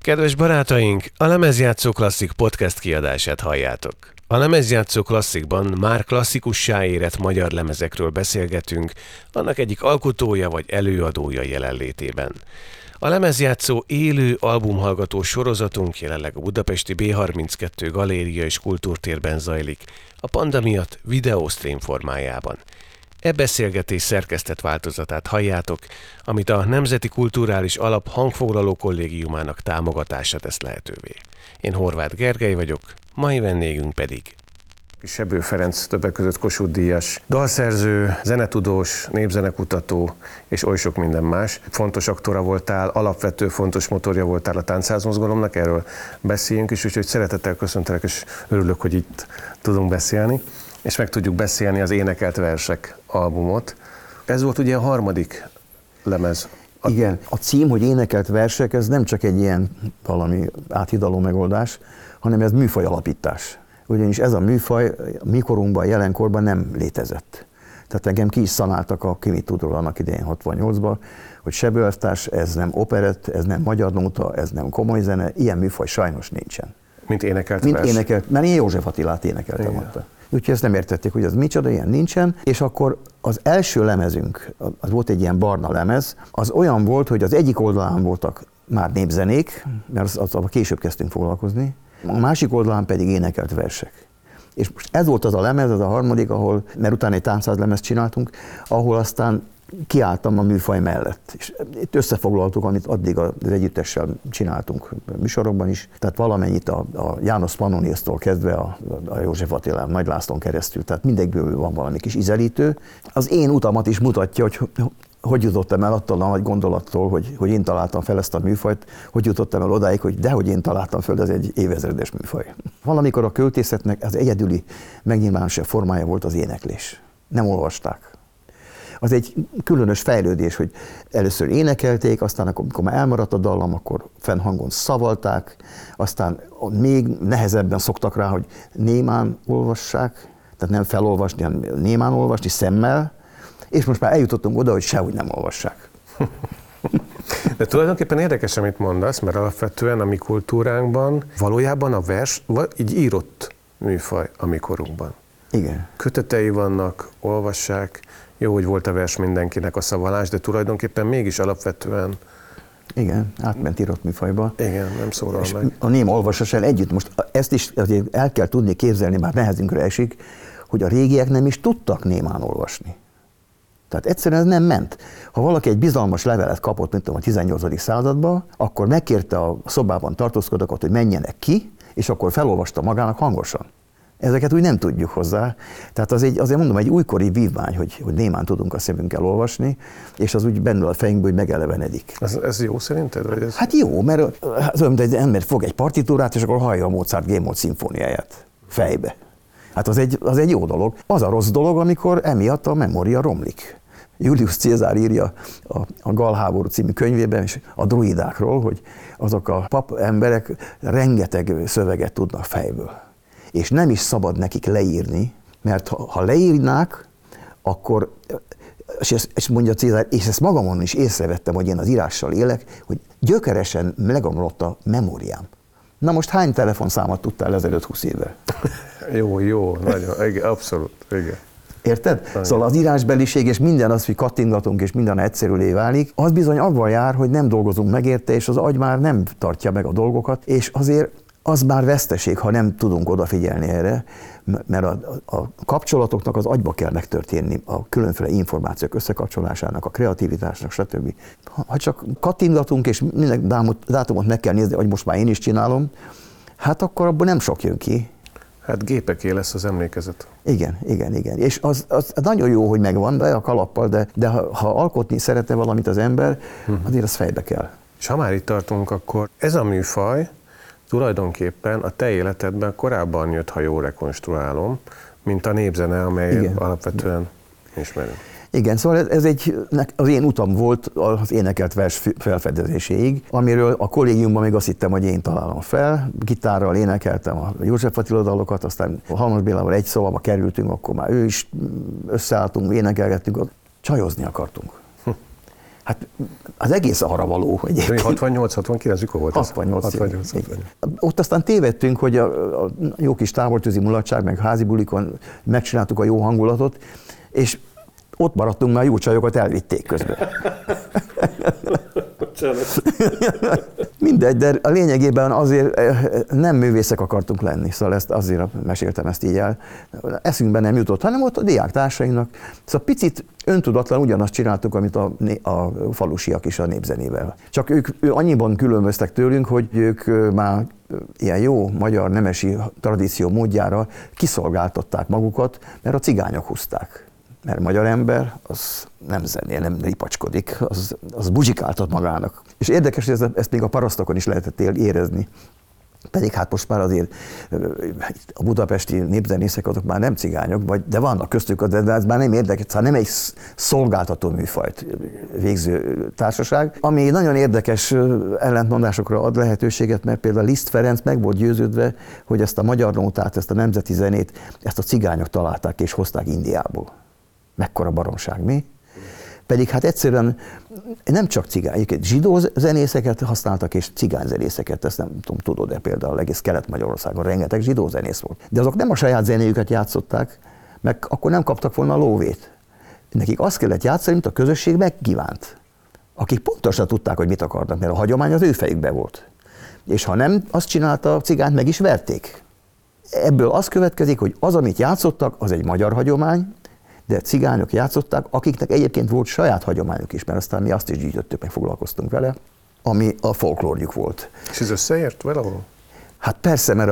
Kedves barátaink, a Lemezjátszó Klasszik podcast kiadását halljátok. A Lemezjátszó Klasszikban már klasszikussá érett magyar lemezekről beszélgetünk, annak egyik alkotója vagy előadója jelenlétében. A Lemezjátszó élő albumhallgató sorozatunk jelenleg a budapesti B32 Galéria és Kultúrtérben zajlik, a panda miatt videóstream formájában. E beszélgetés szerkesztett változatát halljátok, amit a Nemzeti Kulturális Alap hangfoglaló kollégiumának támogatása tesz lehetővé. Én Horváth Gergely vagyok, mai vendégünk pedig Sebő Ferenc, többek között Kossuth-díjas dalszerző, zenetudós, népzenekutató és oly sok minden más. Fontos aktora voltál, alapvető fontos motorja voltál a táncszázmozgalomnak, erről beszéljünk is, úgyhogy szeretettel köszöntelek, és örülök, hogy itt tudunk beszélni, és meg tudjuk beszélni az Énekelt Versek albumot. Ez volt ugye a harmadik lemez. Igen, a cím, hogy Énekelt Versek, ez nem csak egy ilyen valami áthidaló megoldás, hanem ez műfaj alapítás. Ugyanis ez a műfaj mikorunkban, jelenkorban nem létezett. Tehát engem ki is szanáltak a Ki mit tudról annak idején 68-ban, hogy Sebő elvtárs, ez nem operett, ez nem magyar nóta, ez nem komoly zene, ilyen műfaj sajnos nincsen. Mint énekelt vers? Mint énekelt, mert én József Attilát énekeltem ott. Úgyhogy ezt nem értették, hogy az micsoda, ilyen nincsen, és akkor az első lemezünk, az volt egy ilyen barna lemez, az olyan volt, hogy az egyik oldalán voltak már népzenék, mert azzal később kezdtünk foglalkozni, a másik oldalán pedig énekelt versek. És most ez volt az a lemez, az a harmadik, ahol, mert utána egy táncszázlemezt csináltunk, ahol aztán kiálltam a műfaj mellett. És itt összefoglaltuk, amit addig az együttessel csináltunk műsorokban is. Tehát valamennyit a János Pannoniusztól kezdve a József Attilán, Nagy Lászlón keresztül. Tehát mindegyikből van valami kis ízelítő. Az én utamat is mutatja, hogy jutottam el attól a nagy gondolattól, hogy én találtam fel ezt a műfajt, hogy jutottam el odáig, hogy dehogy én találtam fel, ez egy évezredes műfaj. Valamikor a költészetnek az egyedüli megnyilvánosabb formája volt az éneklés. Nem olvasták. Az egy különös fejlődés, hogy először énekelték, aztán amikor már elmaradt a dallam, akkor fennhangon szavalták, aztán még nehezebben szoktak rá, hogy némán olvassák, tehát nem felolvasni, hanem némán olvasni, szemmel, és most már eljutottunk oda, hogy sehogy nem olvassák. De tulajdonképpen érdekes, amit mondasz, mert alapvetően a mi kultúránkban valójában a vers így írott műfaj a mi korunkban. Igen. Kötetei vannak, olvassák, jó, hogy volt a vers mindenkinek a szavalás, de tulajdonképpen mégis alapvetően... Igen, átment írott műfajba. Igen, nem szólal meg. A néma olvasással együtt, most ezt is azért el kell tudni képzelni, már nehezünkre esik, hogy a régiek nem is tudtak némán olvasni. Tehát egyszerűen ez nem ment. Ha valaki egy bizalmas levelet kapott, mint a 18. században, akkor megkérte a szobában tartózkodókat, hogy menjenek ki, és akkor felolvasta magának hangosan. Ezeket úgy nem tudjuk hozzá. Tehát azért mondom, egy újkori vívmány, hogy némán tudunk a szemünkkel olvasni, és az úgy benne a fejünkből, hogy megelevenedik. Ez jó szerinted? Vagy ez... Hát jó, mert az olyan, mint egy ember fog egy partitúrát, és akkor hallja a Mozart G-moll szimfóniáját fejbe. Hát az egy jó dolog. Az a rossz dolog, amikor emiatt a memória romlik. Julius Cézár írja a Galháború című könyvében és a druidákról, hogy azok a pap emberek rengeteg szöveget tudnak fejből. És nem is szabad nekik leírni, mert ha leírnák, akkor, és mondja Cézár, és ezt magamon is észrevettem, hogy én az írással élek, hogy gyökeresen megromlott a memóriám. Na most hány telefonszámot tudtál ezelőtt 20 évvel? Jó, nagyon, igen, abszolút, igen. Érted? Nagyon. Szóval az írásbeliség és minden az, hogy kattingatunk és minden egyszerűlé válik, az bizony avval jár, hogy nem dolgozunk meg érte, és az agy már nem tartja meg a dolgokat, és azért az már veszteség, ha nem tudunk odafigyelni erre, mert a kapcsolatoknak az agyba kell megtörténni, a különféle információk összekapcsolásának, a kreativitásnak, stb. Ha csak kattingatunk, és minden dátumot meg kell nézni, hogy most már én is csinálom, hát akkor abból nem sok jön ki. Hát gépeké lesz az emlékezet. Igen. És az nagyon jó, hogy megvan, de a kalappal, de ha alkotni szeretne valamit az ember, azért az fejbe kell. És ha már itt tartunk, akkor ez a műfaj tulajdonképpen a te életedben korábban jött, ha jól rekonstruálom, mint a népzene, amely alapvetően ismerünk. Igen, szóval ez az én utam volt az énekelt vers felfedezéséig, amiről a kollégiumban még azt hittem, hogy én találom fel. Gitárral énekeltem a József Attila dalokat, aztán a Halmos Bélával egy szobába kerültünk, akkor már ő is összeálltunk, énekelgettünk, csajozni akartunk. Hát az egész arra való. 68-69, mikor volt ez? 68. Ott aztán tévedtünk, hogy a jó kis távolközi mulatság, meg házi bulikon megcsináltuk a jó hangulatot, és ott maradtunk, mert a jó csajokat elvitték közben. Mindegy, de a lényegében azért nem művészek akartunk lenni, szóval ezt azért meséltem ezt így el. Eszünkben nem jutott, hanem ott a diáktársainknak. Szóval picit öntudatlan ugyanazt csináltuk, amit a falusiak is a népzenével. Csak ők annyiban különböztek tőlünk, hogy ők már ilyen jó magyar nemesi tradíció módjára kiszolgáltatták magukat, mert a cigányok húzták. Mert magyar ember, az nem zenél, nem ripacskodik, az buzsikáltat magának. És érdekes, hogy ezt még a parasztokon is lehetett érezni. Pedig hát most már azért a budapesti népzenészek azok már nem cigányok, de vannak köztük, de ez már nem érdekes, szóval nem egy szolgáltató műfajt végző társaság, ami nagyon érdekes ellentmondásokra ad lehetőséget, mert például Liszt Ferenc meg volt győződve, hogy ezt a magyar nótát, ezt a nemzeti zenét, ezt a cigányok találták és hozták Indiából. Mekkora baromság, mi? Pedig hát egyszerűen nem csak cigányok, zsidó zenészeket használtak, és cigányzenészeket, ezt nem tudom, tudod-e például egész Kelet-Magyarországon rengeteg zsidó zenész volt. De azok nem a saját zenéjüket játszották, meg akkor nem kaptak volna a lóvét. Nekik azt kellett játszani, mint a közösség megkívánt. Akik pontosan tudták, hogy mit akarnak, mert a hagyomány az ő fejükben volt. És ha nem azt csinálta a cigányt, meg is verték. Ebből az következik, hogy az, amit játszottak, az egy magyar hagyomány, de cigányok játszották, akiknek egyébként volt saját hagyományuk is, mert aztán mi azt is gyűjtöttük, meg foglalkoztunk vele, ami a folklórjuk volt. És ez összeért valahol? Hát persze, mert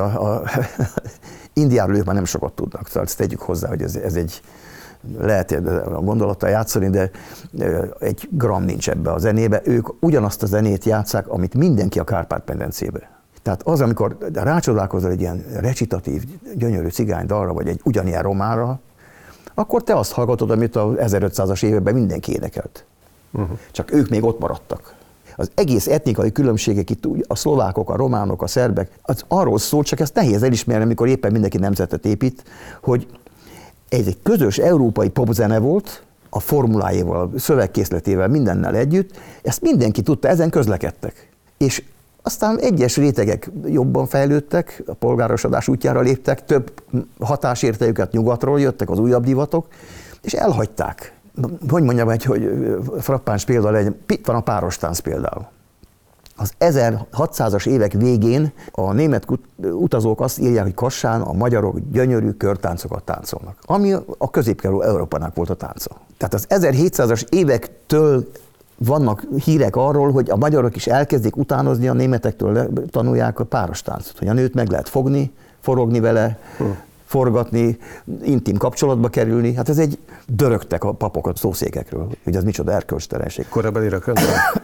Indiáról ők már nem sokat tudnak, szóval ezt tegyük hozzá, hogy ez egy, lehet a gondolattal játszani, de egy gram nincs ebbe a zenébe. Ők ugyanazt a zenét játsszák, amit mindenki a Kárpát-medencébe. Tehát az, amikor rácsodálkozol egy ilyen recitatív, gyönyörű cigánydalra, vagy egy ugyanilyen románra, akkor te azt hallgatod, amit az 1500-as években mindenki énekelt. Csak ők még ott maradtak. Az egész etnikai különbségek itt, a szlovákok, a románok, a szerbek, az arról szól, csak ezt nehéz elismerni, amikor éppen mindenki nemzetet épít, hogy ez egy közös európai popzene volt, a formuláival, a szövegkészletével, mindennel együtt, ezt mindenki tudta, ezen közlekedtek. És aztán egyes rétegek jobban fejlődtek, a polgárosodás útjára léptek, több hatásértejüket nyugatról jöttek az újabb divatok, és elhagyták. Hogy mondjam, hogy frappáns példa legyen, itt van a párostánc például. Az 1600-as évek végén a német utazók azt írják, hogy Kassán a magyarok gyönyörű körtáncokat táncolnak, ami a Közép-Európának volt a tánca. Tehát az 1700-as évektől vannak hírek arról, hogy a magyarok is elkezdik utánozni, a németektől tanulják a párostáncot, hogy a nőt meg lehet fogni, forogni vele, forgatni, intim kapcsolatba kerülni. Hát ez egy dörögtek a papok a szószékekről, hogy az micsoda erkölcstelenség. Korabeli rock'n'roll?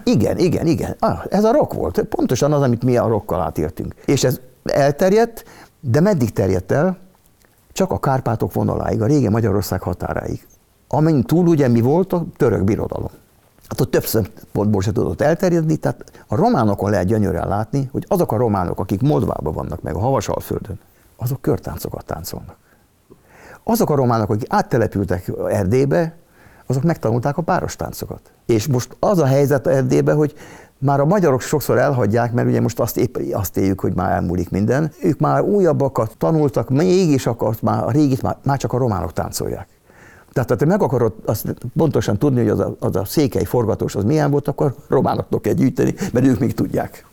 Igen. Ez a rock volt. Pontosan az, amit mi a rockkal átértünk. És ez elterjedt, de meddig terjedt el? Csak a Kárpátok vonaláig, a régen Magyarország határáig. Amin túl ugye mi volt a török birodalom. Hát ott több szempontból se tudott elterjedni, tehát a románokon lehet gyönyörűen látni, hogy azok a románok, akik Moldvában vannak meg a Havasalföldön, azok körtáncokat táncolnak. Azok a románok, akik áttelepültek Erdélybe, azok megtanulták a párostáncokat. És most az a helyzet Erdélybe, hogy már a magyarok sokszor elhagyják, mert ugye most azt éljük, hogy már elmúlik minden. Ők már újabbakat tanultak, mégis akkor már a régit már csak a románok táncolják. Tehát ha te meg akarod azt pontosan tudni, hogy az a székely forgatós az milyen volt, akkor románoknak kell gyűjteni, mert ők még tudják.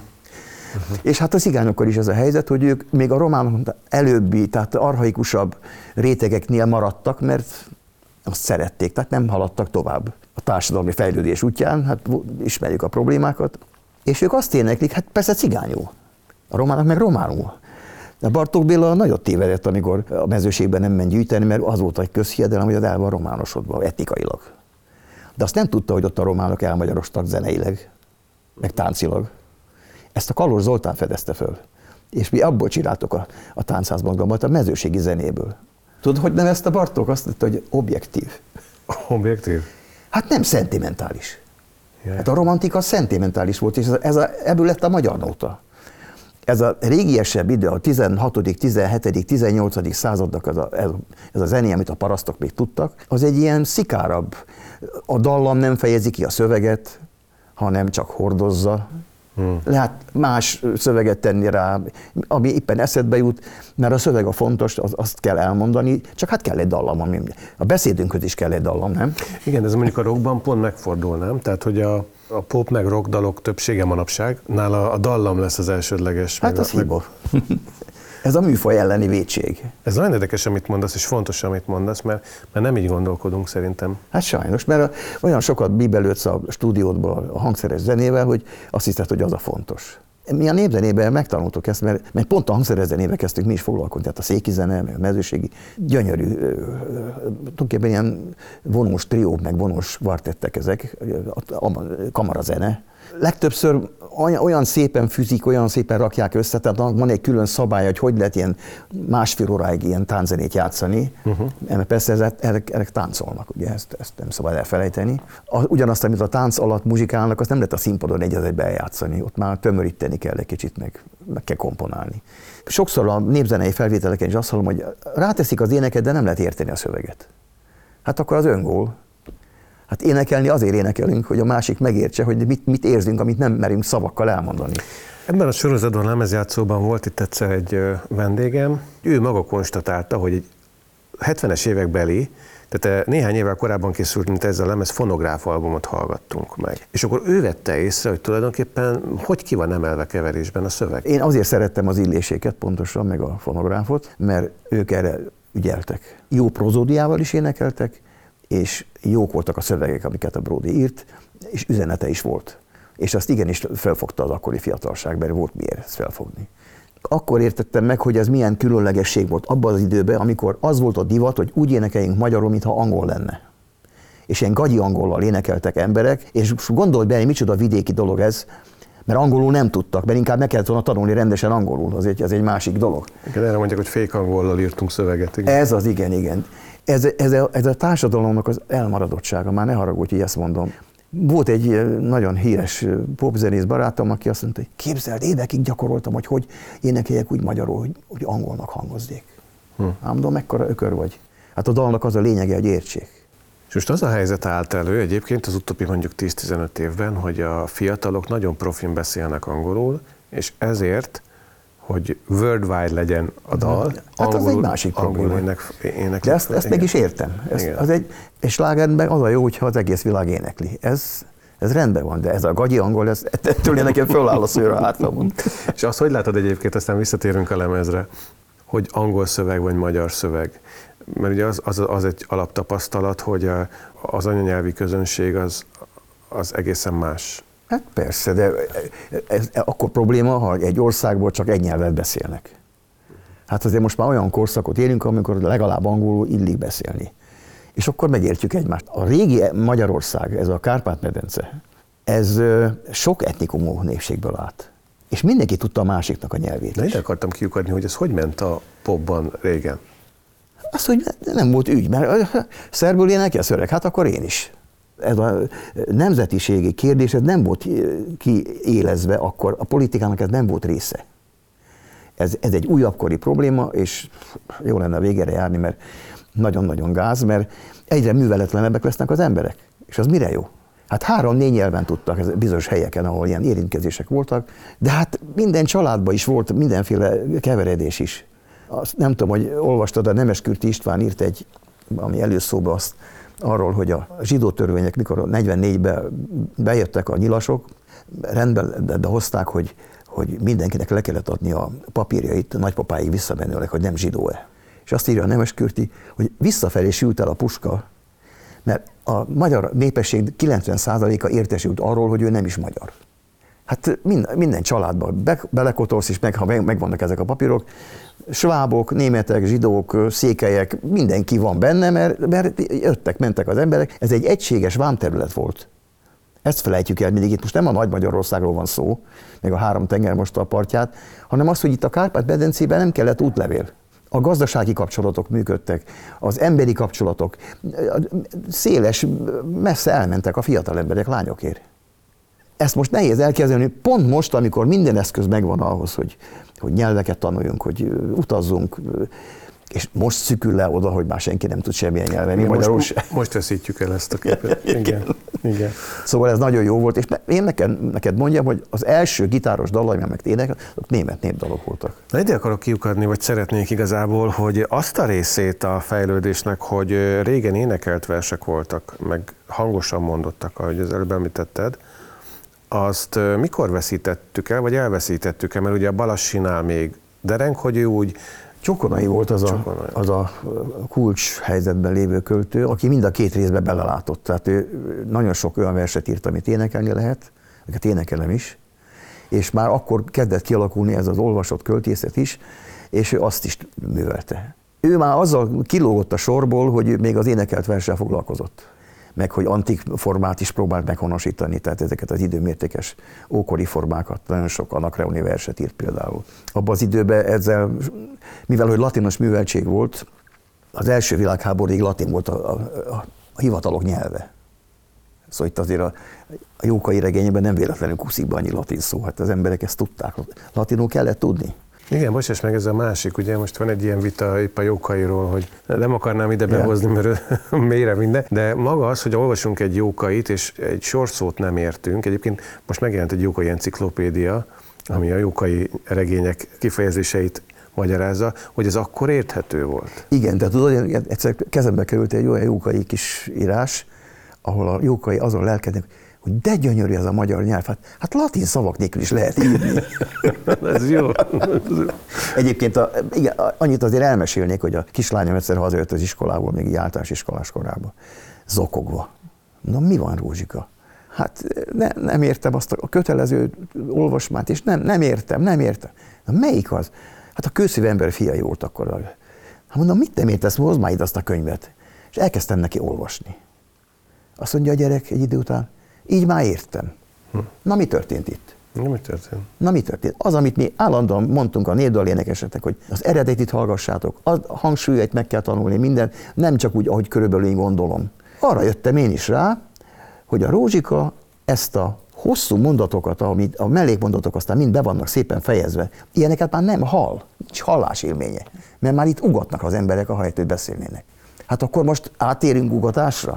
És hát a cigányokkal is ez a helyzet, hogy ők még a románok előbbi, tehát archaikusabb rétegeknél maradtak, mert azt szerették, tehát nem haladtak tovább a társadalmi fejlődés útján, hát ismerjük a problémákat, és ők azt éneklik, hát persze cigányul, a románok meg románul. De Bartók Béla nagyot tévedett, amikor a mezőségben nem ment gyűjteni, mert az volt egy közhiedelem, hogy az el van románosodva, etnikailag. De azt nem tudta, hogy ott a románok elmagyarostak zeneileg, meg táncilag. Ezt a Kalóz Zoltán fedezte föl. És mi abból csináltuk a táncházmozgalmat, a mezőségi zenéből. Tudod, hogy nevezte Bartók? Azt mondta, hogy objektív. Objektív? Hát nem szentimentális. Hát a romantika szentimentális volt, és ebből lett a magyar nóta. Ez a régiesebb idő, a 16., 17., 18. századnak ez a zené, amit a parasztok még tudtak, az egy ilyen szikárabb. A dallam nem fejezi ki a szöveget, hanem csak hordozza. Lehet más szöveget tenni rá, ami éppen eszedbe jut, mert a szöveg a fontos, azt kell elmondani, csak hát kell egy dallam. A beszédünkhöz is kell egy dallam, nem? Igen, ez mondjuk a rockban pont megfordul, nem? Tehát, hogy a pop meg rock dalok többsége manapság, nála a dallam lesz az elsődleges. Hát az hiba. Ez a műfaj elleni vétség. Ez nagyon érdekes, amit mondasz, és fontos, amit mondasz, mert nem így gondolkodunk szerintem. Hát sajnos, mert olyan sokat bíbelődsz a stúdiódban a hangszeres zenével, hogy azt hiszed, hogy az a fontos. Mi a népzenében megtanultuk ezt, mert pont a hangszeres zenével kezdtünk mi is foglalkozni, tehát a széki zene, meg a mezőségi, gyönyörű, tulajdonképpen ilyen vonós triók, meg vonós kvartettek ezek, a kamarazene. Legtöbbször olyan szépen fűzik, olyan szépen rakják össze, tehát van egy külön szabály, hogy lehet ilyen 1,5 óráig ilyen tánczenét játszani, mert persze ezek táncolnak, ugye, ezt nem szabad elfelejteni. Ugyanazt, amit a tánc alatt muzsikálnak, azt nem lehet a színpadon egy-egybe eljátszani, ott már tömöríteni kell egy kicsit, meg kell komponálni. Sokszor a népzenei felvételeken is azt hallom, hogy ráteszik az éneket, de nem lehet érteni a szöveget. Hát akkor az öngól. Hát énekelni azért énekelünk, hogy a másik megértse, hogy mit érzünk, amit nem merünk szavakkal elmondani. Ebben a sorozatban, a lemezjátszóban volt itt egyszer egy vendégem, ő maga konstatálta, hogy egy 70-es évekbeli, tehát néhány évvel korábban készült, mint ez a lemez, fonográf albumot hallgattunk meg. És akkor ő vette észre, hogy tulajdonképpen hogy ki van emelve keverésben a szöveg. Én azért szerettem az illéséket pontosan, meg a fonográfot, mert ők erre ügyeltek. Jó prozódiával is énekeltek, és jók voltak a szövegek, amiket a Brody írt, és üzenete is volt. És azt igenis felfogta az akkori fiatalság, mert volt miért ezt felfogni. Akkor értettem meg, hogy ez milyen különlegesség volt abban az időben, amikor az volt a divat, hogy úgy énekeljünk magyarul, mintha angol lenne. És ilyen gagyi angollal énekeltek emberek, és gondolj bele, micsoda vidéki dolog ez, mert angolul nem tudtak, mert inkább meg kellett volna tanulni rendesen angolul, ez egy másik dolog. Igen, erre mondják, hogy fék angollal írtunk szöveget. Igen. Ez az, igen. Ez a társadalomnak az elmaradottsága, már ne haragudj, hogy ezt mondom. Volt egy nagyon híres popzenész barátom, aki azt mondta, hogy képzeld, évekig gyakoroltam, hogy énekeljek úgy magyarul, hogy angolnak hangozzék. Mondom, mekkora ökör vagy. Hát a dalnak az a lényege, hogy értsék. És most az a helyzet állt elő egyébként az utóbbi mondjuk 10-15 évben, hogy a fiatalok nagyon profin beszélnek angolul, és ezért, hogy worldwide legyen a dal, hát az egy másik probléma. De ezt meg is értem. És slágerben az a jó, hogyha az egész világ énekli. Ez rendben van, de ez a gagyi angol, ettől nekem föláll a szőr a hátamon. És azt hogy látod egyébként, aztán visszatérünk a lemezre, hogy angol szöveg vagy magyar szöveg? Mert ugye az egy alaptapasztalat, hogy az anyanyelvi közönség az egészen más. Hát persze, de ez akkor probléma, ha egy országból csak egy nyelvet beszélnek. Hát azért most már olyan korszakot élünk, amikor legalább angolul illik beszélni. És akkor megértjük egymást. A régi Magyarország, ez a Kárpát-medence, ez sok etnikumú népségből állt. És mindenki tudta a másiknak a nyelvét. De én akartam kiukadni, hogy ez hogy ment a popban régen? Az, hogy nem volt ügy, mert szerbül énekel szöreg, hát akkor én is. Ez a nemzetiségi kérdés ez nem volt kiélezve, akkor a politikának ez nem volt része. Ez egy újabbkori probléma, és jó lenne a végére járni, mert nagyon-nagyon gáz, mert egyre műveletlenebbek lesznek az emberek. És az mire jó? Hát 3-4 nyelven tudtak bizonyos helyeken, ahol ilyen érintkezések voltak, de hát minden családban is volt mindenféle keveredés is. Azt nem tudom, hogy olvastad, a Nemeskürti István írt egy, ami előszóba azt, arról, hogy a zsidó törvények, mikor 44-ben bejöttek a nyilasok, rendben de hozták, hogy mindenkinek le kellett adni a papírjait nagypapáig visszamenőleg, hogy nem zsidó-e. És azt írja a Nemeskürti, hogy visszafelé sült el a puska, mert a magyar népesség 90%-a értesült arról, hogy ő nem is magyar. Hát minden családban belekotolsz, és ha megvannak ezek a papírok, svábok, németek, zsidók, székelyek, mindenki van benne, mert jöttek, mentek az emberek. Ez egy egységes vámterület volt. Ezt felejtjük el mindig. Itt most nem a Nagy Magyarországról van szó, meg a 3 tenger most a partját, hanem az, hogy itt a Kárpát-medencében nem kellett útlevél. A gazdasági kapcsolatok működtek, az emberi kapcsolatok, széles, messze elmentek a fiatal emberek, lányokért. ezt most nehéz elképzelni, pont most, amikor minden eszköz megvan ahhoz, hogy nyelveket tanuljunk, hogy utazzunk, és most szükül le oda, hogy már senki nem tud semmilyen nyelven. Most veszítjük el ezt a képet. Igen. Szóval ez nagyon jó volt, és én neked mondjam, hogy az első gitáros dalaim, amelyek énekeltek, azok német népdalok voltak. Na, ide akarok kiukadni, vagy szeretnék igazából, hogy azt a részét a fejlődésnek, hogy régen énekelt versek voltak, meg hangosan mondottak, ahogy az előbb említetted, azt mikor veszítettük el, vagy elveszítettük el, mert ugye a Balassinál még dereng, hogy ő úgy Csokonai volt az a kulcs helyzetben lévő költő, aki mind a két részbe belelátott. Tehát ő nagyon sok olyan verset írt, amit énekelni lehet, amiket énekelem is, és már akkor kezdett kialakulni ez az olvasott költészet is, és ő azt is művelte. Ő már azzal kilógott a sorból, hogy még az énekelt verssel foglalkozott, meg hogy antik formát is próbált meghonosítani, tehát ezeket az időmértékes ókori formákat, nagyon sok anakreoni verset írt például. Abban az időben ezzel, mivel hogy latinos műveltség volt, az első világháborúig latin volt a hivatalok nyelve. Szóval itt azért a Jókai regényben nem véletlenül kuszik be annyi latin szó, hát az emberek ezt tudták. Latinul kellett tudni. Igen, bocsáss meg, ez a másik, ugye most van egy ilyen vita épp a Jókairól, hogy nem akarnám ide behozni, mert mélyre minden, de maga az, hogy olvasunk egy Jókait, és egy sorszót nem értünk, egyébként most megjelent egy Jókai enciklopédia, ami a Jókai regények kifejezéseit magyarázza, hogy ez akkor érthető volt. Igen, tehát tudod, egyszer kezembe került egy olyan Jókai kis írás, ahol a Jókai azon lelkednek, hogy de gyönyörű ez a magyar nyelv, hát latin szavak nélkül is lehet írni. Ez jó. Egyébként igen, annyit azért elmesélnék, hogy a kislányom egyszer hazajött az iskolából, még így általános iskolás korában, zokogva. Na mi van, Rózsika? Hát nem értem azt a kötelező olvasmányt, és nem értem. Na melyik az? Hát a kőszívű ember fiai volt akkor. Hát mondom, mit nem értesz, hozd már ide azt a könyvet. És elkezdtem neki olvasni. Azt mondja a gyerek egy idő után, így már értem. Na mi történt itt? Na mi történt? Az, amit mi állandóan mondtunk a népdal énekeseknek, hogy az eredetit hallgassátok, a hangsúlyait meg kell tanulni, minden, nem csak úgy, ahogy körülbelül én gondolom. Arra jöttem én is rá, hogy a Rózsika ezt a hosszú mondatokat, amit a mellékmondatok aztán mind be vannak szépen fejezve, ilyeneket már nem hall, nincs hallásélménye, mert már itt ugatnak az emberek, ahelyett, hogy beszélnének. Hát akkor most átérünk ugatásra?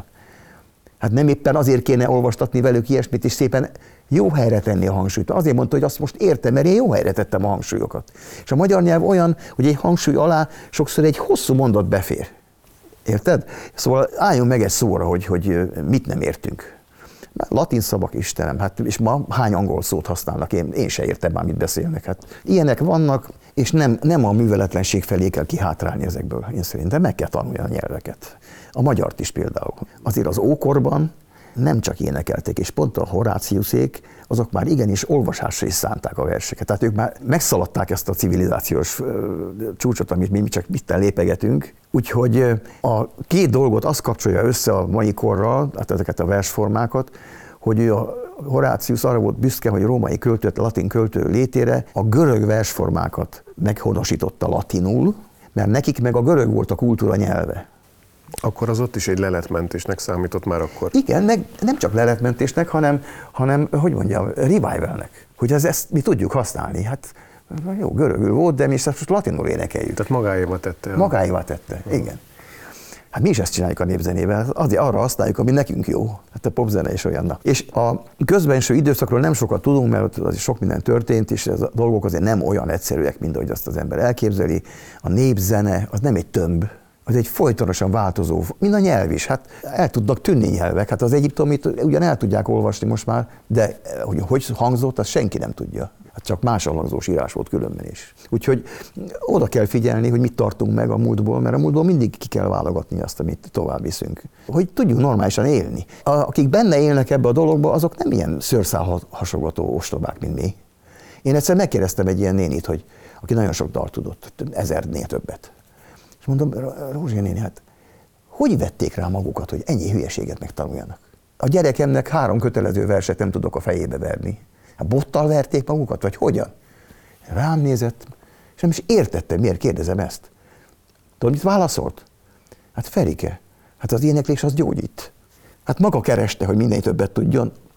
Hát nem éppen azért kéne olvastatni velük ilyesmit, és szépen jó helyre tenni a hangsúlyt. Azért mondta, hogy azt most értem, mert én jó helyre tettem a hangsúlyokat. És a magyar nyelv olyan, hogy egy hangsúly alá sokszor egy hosszú mondat befér. Érted? Szóval álljunk meg egy szóra, hogy mit nem értünk. Latin szavak, Istenem, hát és ma hány angol szót használnak, én se értem már, mit beszélnek. Hát ilyenek vannak, és nem a műveletlenség felé kell kihátrálni ezekből, én szerintem meg kell tanulni a nyelveket. A magyart is például. Azért az ókorban nem csak énekelték, és pont a Horáciuszék, azok már igenis olvasásra is szánták a verseket. Tehát ők már megszaladták ezt a civilizációs csúcsot, amit mi csak mitten lépegetünk. Úgyhogy a két dolgot azt kapcsolja össze a mai korral, hát ezeket a versformákat, hogy a Horáciusz arra volt büszke, hogy római költő, latin költő létére a görög versformákat meghonosította latinul, mert nekik meg a görög volt a kultúra nyelve. Akkor az ott is egy leletmentésnek számított már akkor. Igen, nem csak leletmentésnek, hanem hogy mondjam, revivalnek. Hogy ezt mi tudjuk használni. Hát jó, görögül volt, de mi ezt most latinul énekeljük. Tehát magáévá tette. Magáévá tette, igen. Hát mi is ezt csináljuk a népzenével, azért arra használjuk, ami nekünk jó. Hát a popzene is olyanna. És a közbenső időszakról nem sokat tudunk, mert azért sok minden történt, és ez a dolgok azért nem olyan egyszerűek, mint ahogy azt az ember elképzeli. A népzene az nem egy tömb, az egy folytonosan változó, mint a nyelv is. Hát el tudnak tűnni nyelvek, hát az egyiptomit ugyan el tudják olvasni most már, de hogy hangzott, azt senki nem tudja. Hát csak más hangzós írás volt különben is. Úgyhogy oda kell figyelni, hogy mit tartunk meg a múltból, mert a múltból mindig ki kell válogatni azt, amit tovább viszünk. Hogy tudjunk normálisan élni. Akik benne élnek ebbe a dologba, azok nem ilyen szőrszál hasogató ostobák, mint mi. Én egyszer megkérdeztem egy ilyen nénit, aki nagyon sok dalt tudott, 1000-nél többet. És mondom, Rózsia néni, hát hogy vették rá magukat, hogy ennyi hülyeséget megtanuljanak? A gyerekemnek 3 kötelező verset nem tudok a fejébe verni. Hát bottal verték magukat, vagy hogyan? Rám nézett, és nem is értettem, miért kérdezem ezt. Tudod, mit válaszolt? Hát Ferike, hát az éneklés az gyógyít. Hát maga kereste, hogy minél többet tudjon,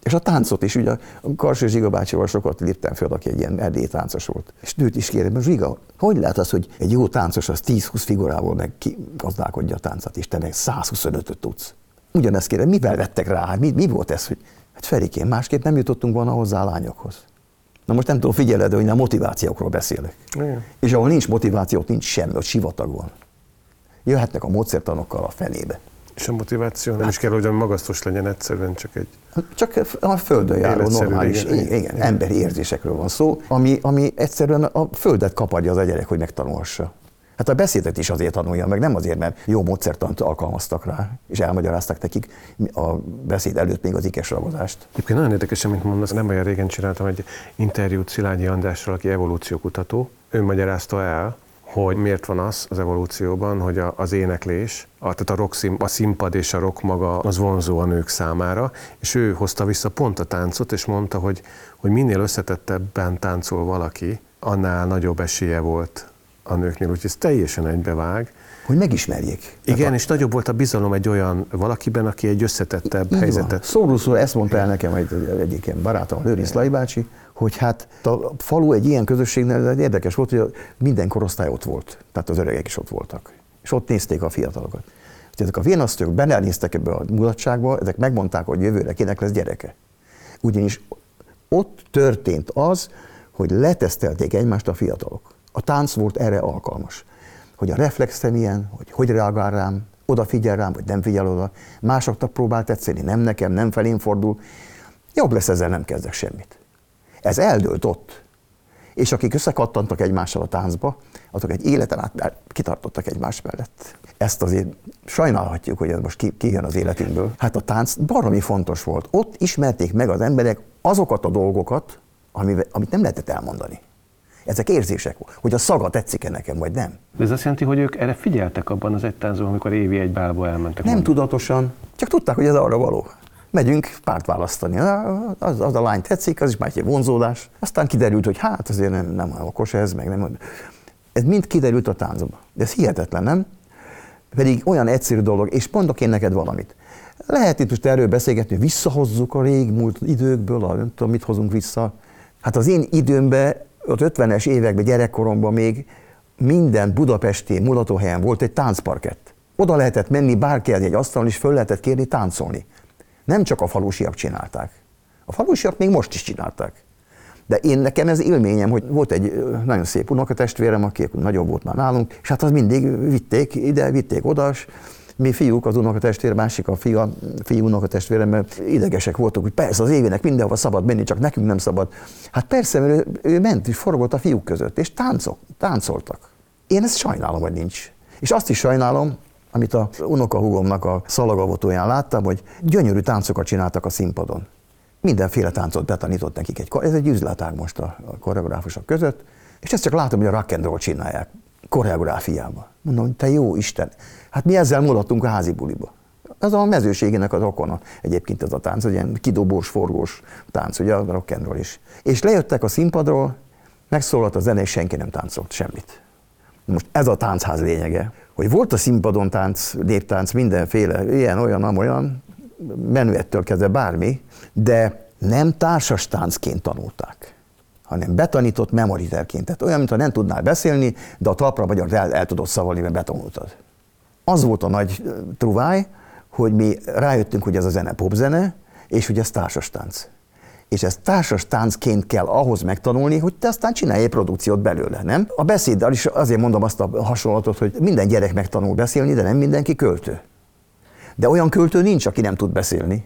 És a táncot is, ugye a Karsai Zsiga bácsival sokat léptem föl, aki egy ilyen erdélyi táncos volt. És őt is kérdezem, Zsiga, hogy lehet az, hogy egy jó táncos az 10-20 figurából meg gazdálkodja a táncát, és te meg 125-öt tudsz? Ugyanezt kérdezem, mivel vettek rá? Hát mi volt ez, hogy hát Ferikén, másképp nem jutottunk volna hozzá a lányokhoz. Na most nem tudom, figyeled, hogy a motivációkról beszélek. Igen. És ahol nincs motiváció, nincs semmi, ott sivatag van. Jöhetnek a módszertanokkal a fenébe. És a motiváció nem is kell, hogy magasztos legyen, egyszerűen csak egy... Csak a földön járó normális, igen, emberi érzésekről van szó, ami egyszerűen a földet kaparja az a gyerek, hogy megtanulhassa. Hát a beszédet is azért tanulja meg, nem azért, mert jó módszertant alkalmaztak rá, és elmagyaráztak nekik a beszéd előtt még az ikes ragozást. Egyébként nagyon érdekes, amit mondasz, nem olyan régen csináltam egy interjút Szilágyi Andrásról, aki evolúciókutató. Ő magyarázta el, hogy miért van az evolúcióban, hogy az éneklés, tehát a színpad és a rock maga az vonzó a nők számára, és ő hozta vissza pont a táncot, és mondta, hogy minél összetettebben táncol valaki, annál nagyobb esélye volt a nőknél, úgyhogy ez teljesen egybevág. Hogy megismerjék. Igen, és nagyobb volt a bizalom egy olyan valakiben, aki egy összetettebb helyzetet. Szó ezt mondta el nekem egyik ilyen barátom, Lőrinc Lai bácsi, hogy hát a falu egy ilyen közösségnél érdekes volt, hogy minden korosztály ott volt, tehát az öregek is ott voltak. És ott nézték a fiatalokat. Ezek a vénasztők belenéztek ebbe a mulatságba, ezek megmondták, hogy jövőre kinek lesz gyereke. Ugyanis ott történt az, hogy letesztelték egymást a fiatalok. A tánc volt erre alkalmas. Hogy a reflexe milyen, hogy reagál rám, odafigyel rám, vagy nem figyel oda. Másoknak próbál tetszeni, nem nekem, nem felém fordul. Jobb lesz, ezzel nem kezdek semmit. Ez eldőlt ott. És akik összekattantak egymással a táncba, azok egy életen át kitartottak egymás mellett. Ezt azért sajnálhatjuk, hogy ez most kijön az életünkből. Hát a tánc baromi fontos volt. Ott ismerték meg az emberek azokat a dolgokat, amit nem lehetett elmondani. Ezek érzések, hogy a szaga tetszik-e nekem, vagy nem. De ez azt jelenti, hogy ők erre figyeltek abban az egy táncban, amikor évi egy bálba elmentek? Nem tudatosan, csak tudták, hogy ez arra való. Megyünk párt választani. Az a lány tetszik, az is már egy vonzódás. Aztán kiderült, hogy hát azért nem okos ez, meg nem. Ez mind kiderült a táncban. De ez hihetetlen, nem? Pedig olyan egyszerű dolog, és mondok én neked valamit. Lehet itt most erről beszélgetni, hogy visszahozzuk a régmúlt időkből, nem tudom, mit hozunk vissza. Hát az én időmben, ott 50-es években, gyerekkoromban még minden budapesti mulatóhelyen volt egy táncparkett. Oda lehetett menni bárki egy asztalon, és föl lehetett kérni táncolni. Nem csak a falusiak csinálták. A falusiak még most is csinálták. De nekem ez élményem, hogy volt egy nagyon szép unokatestvérem, aki nagyobb volt már nálunk, és hát az mindig vitték ide, vitték oda, mi fiúk, az unokatestvér, másik a fiú unokatestvéremmel idegesek voltak, hogy persze az évének mindenhova szabad menni, csak nekünk nem szabad. Hát persze, mert ő ment és forgott a fiúk között, és táncoltak. Én ezt sajnálom, hogy nincs. És azt is sajnálom, amit a unokahúgomnak a szalagavatóján láttam, hogy gyönyörű táncokat csináltak a színpadon. Mindenféle táncot betanított nekik. Ez egy üzletág most a koreográfusok között, és ezt csak látom, hogy a rock and roll csinálják koreográfiában. Mondom, hogy te jó Isten, hát mi ezzel mulattunk a házi buliba. Az a mezőségének az okona egyébként ez a tánc, egy ilyen kidobós, forgós tánc, ugye a rock and roll is. És lejöttek a színpadról, megszólalt a zene, és senki nem táncolt semmit. Most ez a táncház lényege, hogy volt a színpadon tánc, néptánc, mindenféle, ilyen, olyan, amolyan, menüettől kezdve bármi, de nem társas táncként tanulták, hanem betanított memoriterként. Tehát olyan, mintha nem tudnál beszélni, de a talpra magyar el tudod szavalni, mert betanultad. Az volt a nagy truváj, hogy mi rájöttünk, hogy ez a zene popzene, és hogy ez társas tánc. És ezt társas táncként kell ahhoz megtanulni, hogy te aztán csinálj egy produkciót belőle, nem? A beszéddel is azért mondom azt a hasonlatot, hogy minden gyerek megtanul beszélni, de nem mindenki költő. De olyan költő nincs, aki nem tud beszélni.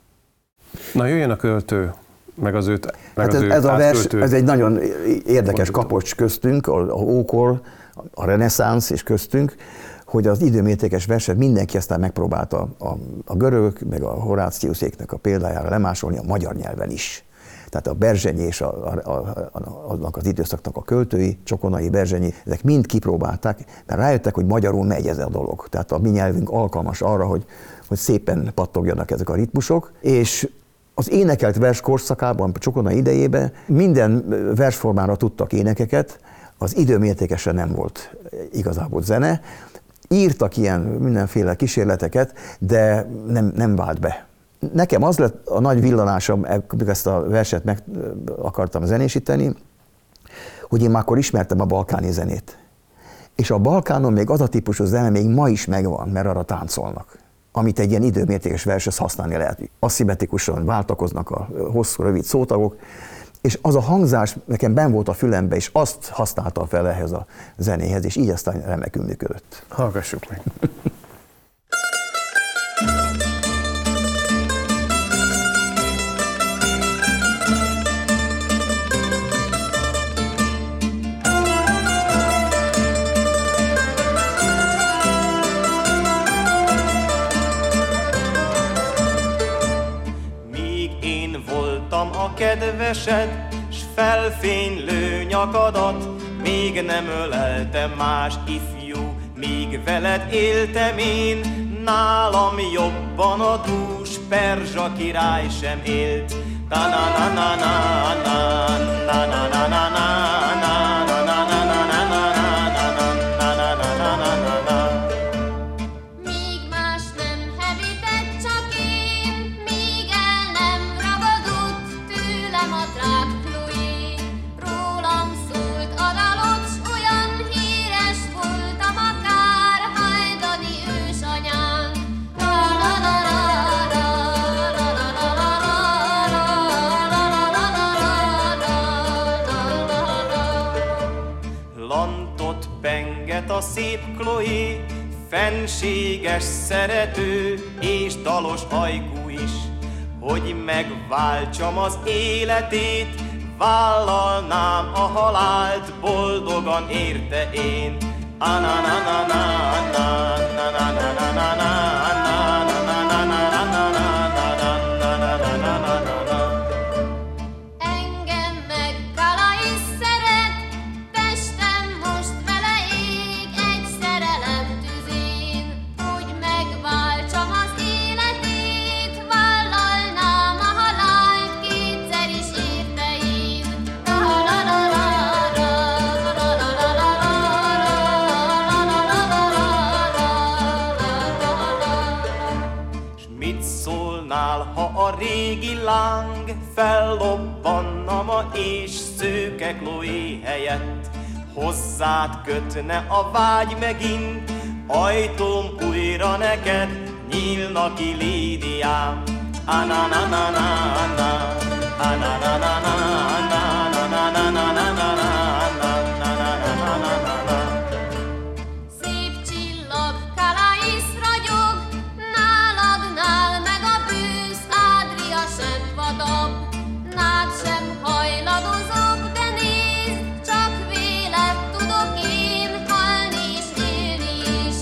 Na jöjjön a költő, meg az őt hát ez a vers, ez egy nagyon érdekes kapocs köztünk, a ókor, a reneszánsz és köztünk, hogy az időmértékes verset mindenki aztán megpróbálta a görögök, meg a Horáciuséknek a példájára lemásolni a magyar nyelven is. Tehát a Berzsenyi és annak az időszaknak a költői, Csokonai, Berzsenyi, ezek mind kipróbálták, mert rájöttek, hogy magyarul megy ez a dolog. Tehát a mi nyelvünk alkalmas arra, hogy szépen pattogjanak ezek a ritmusok, és az énekelt vers korszakában, Csokonai idejében minden versformára tudtak énekeket, az időmértékesen nem volt igazából zene. Írtak ilyen mindenféle kísérleteket, de nem vált be. nekem az lett a nagy villanásom, amikor ezt a verset meg akartam zenésíteni, hogy én már akkor ismertem a balkáni zenét. És a Balkánon még az a típusú zene még ma is megvan, mert arra táncolnak. Amit egy ilyen időmértékes vershez használni lehet. Aszimmetrikusan váltakoznak a hosszú, rövid szótagok, és az a hangzás nekem benn volt a fülembe, és azt használta fel ehhez a zenéhez, és így aztán remekül működött. Hallgassuk meg. Kedvesed, s felfénylő nyakadat, még nem öleltem más ifjú, míg veled éltem én, nálam jobban a dús perzsa király sem élt. Míg más nem hevített, csak én, míg el nem ragadott tőlem a trágklói. Rólam szólt a dalot, s olyan híres voltam akár hajdani ősanyám. Lantot penget a szép Chloé, fenséges szerető és dalos ajkú is, hogy megváltsam az életét, vállalnám a halált, boldogan érte én. Engem meg Kalais szeret, testem most vele ég egy szerelem tüzén, hogy megváltsam az életét, vállalnám a halált, kétszer is érte én. S mit szólnál, ha a régi láng fellobbanna ma és szőke Chloé helyett? Hozzád kötne a vágy megint, ajtóm újra neked nyílna ki, Lídiám. Szép csillag, Kalais ragyog, náladnál meg a bősz, Ádria sem vadabb, nád sem hajladozok, de nézd, csak vélet tudok én halni és élni is.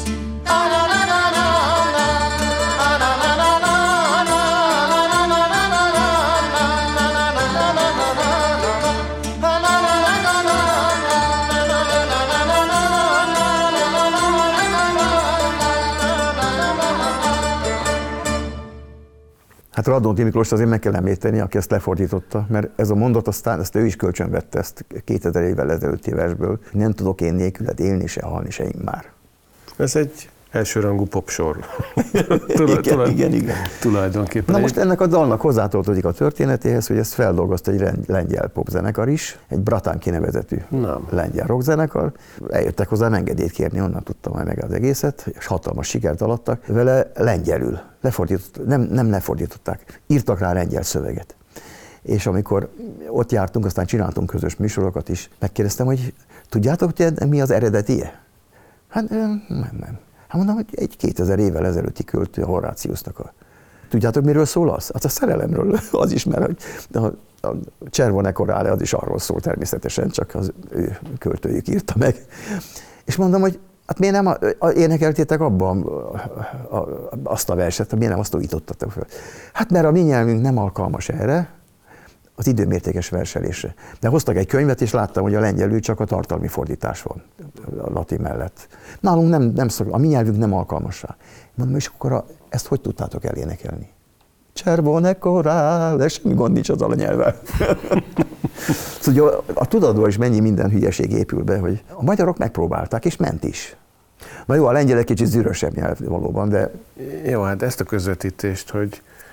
Hát Radnóti Miklóst azért meg kell említeni, aki ezt lefordította, mert ez a mondat aztán, ezt ő is kölcsönvette, ezt 2000 évvel ezelőtti versből. Nem tudok én nélküled élni, se halni, se immár. Ez egy elsőrangú popsor. Igen. Tulajdonképpen. Na most ennek a dalnak hozzátartozik a történetéhez, hogy ezt feldolgozta egy lengyel popzenekar is, egy Bratánki nevezetű lengyel rockzenekar. Eljöttek hozzám engedélyt kérni, onnan tudtam majd meg az egészet, és hatalmas sikert alattak vele lengyelül. Nem lefordították, írtak rá lengyel szöveget. És amikor ott jártunk, aztán csináltunk közös műsorokat is, megkérdeztem, hogy tudjátok, hogy mi az eredetie? Hát nem. Hát mondom, hogy egy 2000 évvel ezelőtti költő, Horáciusnak Tudjátok, miről szól az? Hát a szerelemről, az is, mert a Cervone Chorale az is arról szól természetesen, csak az ő költőjük írta meg. És mondom, hogy hát miért nem énekeltétek abban azt a verset, miért nem azt újítottatok fel? Hát mert a mi nyelvünk nem alkalmas erre, az időmértékes verselésre. De hoztak egy könyvet, és láttam, hogy a lengyelül csak a tartalmi fordítás van a latin mellett. Nálunk nem szokott, a mi nyelvünk nem alkalmas rá. Mondom, és akkor ezt hogy tudtátok elénekelni? Cervone Chorale, semmi gond nincs azzal a nyelvvel. Szóval a tudatból is mennyi minden hülyeség épül be, hogy a magyarok megpróbálták, és ment is. Na jó, a lengyel egy kicsit zűrösebb nyelv valóban, de... Jó, hát ezt a közvetítést, hogy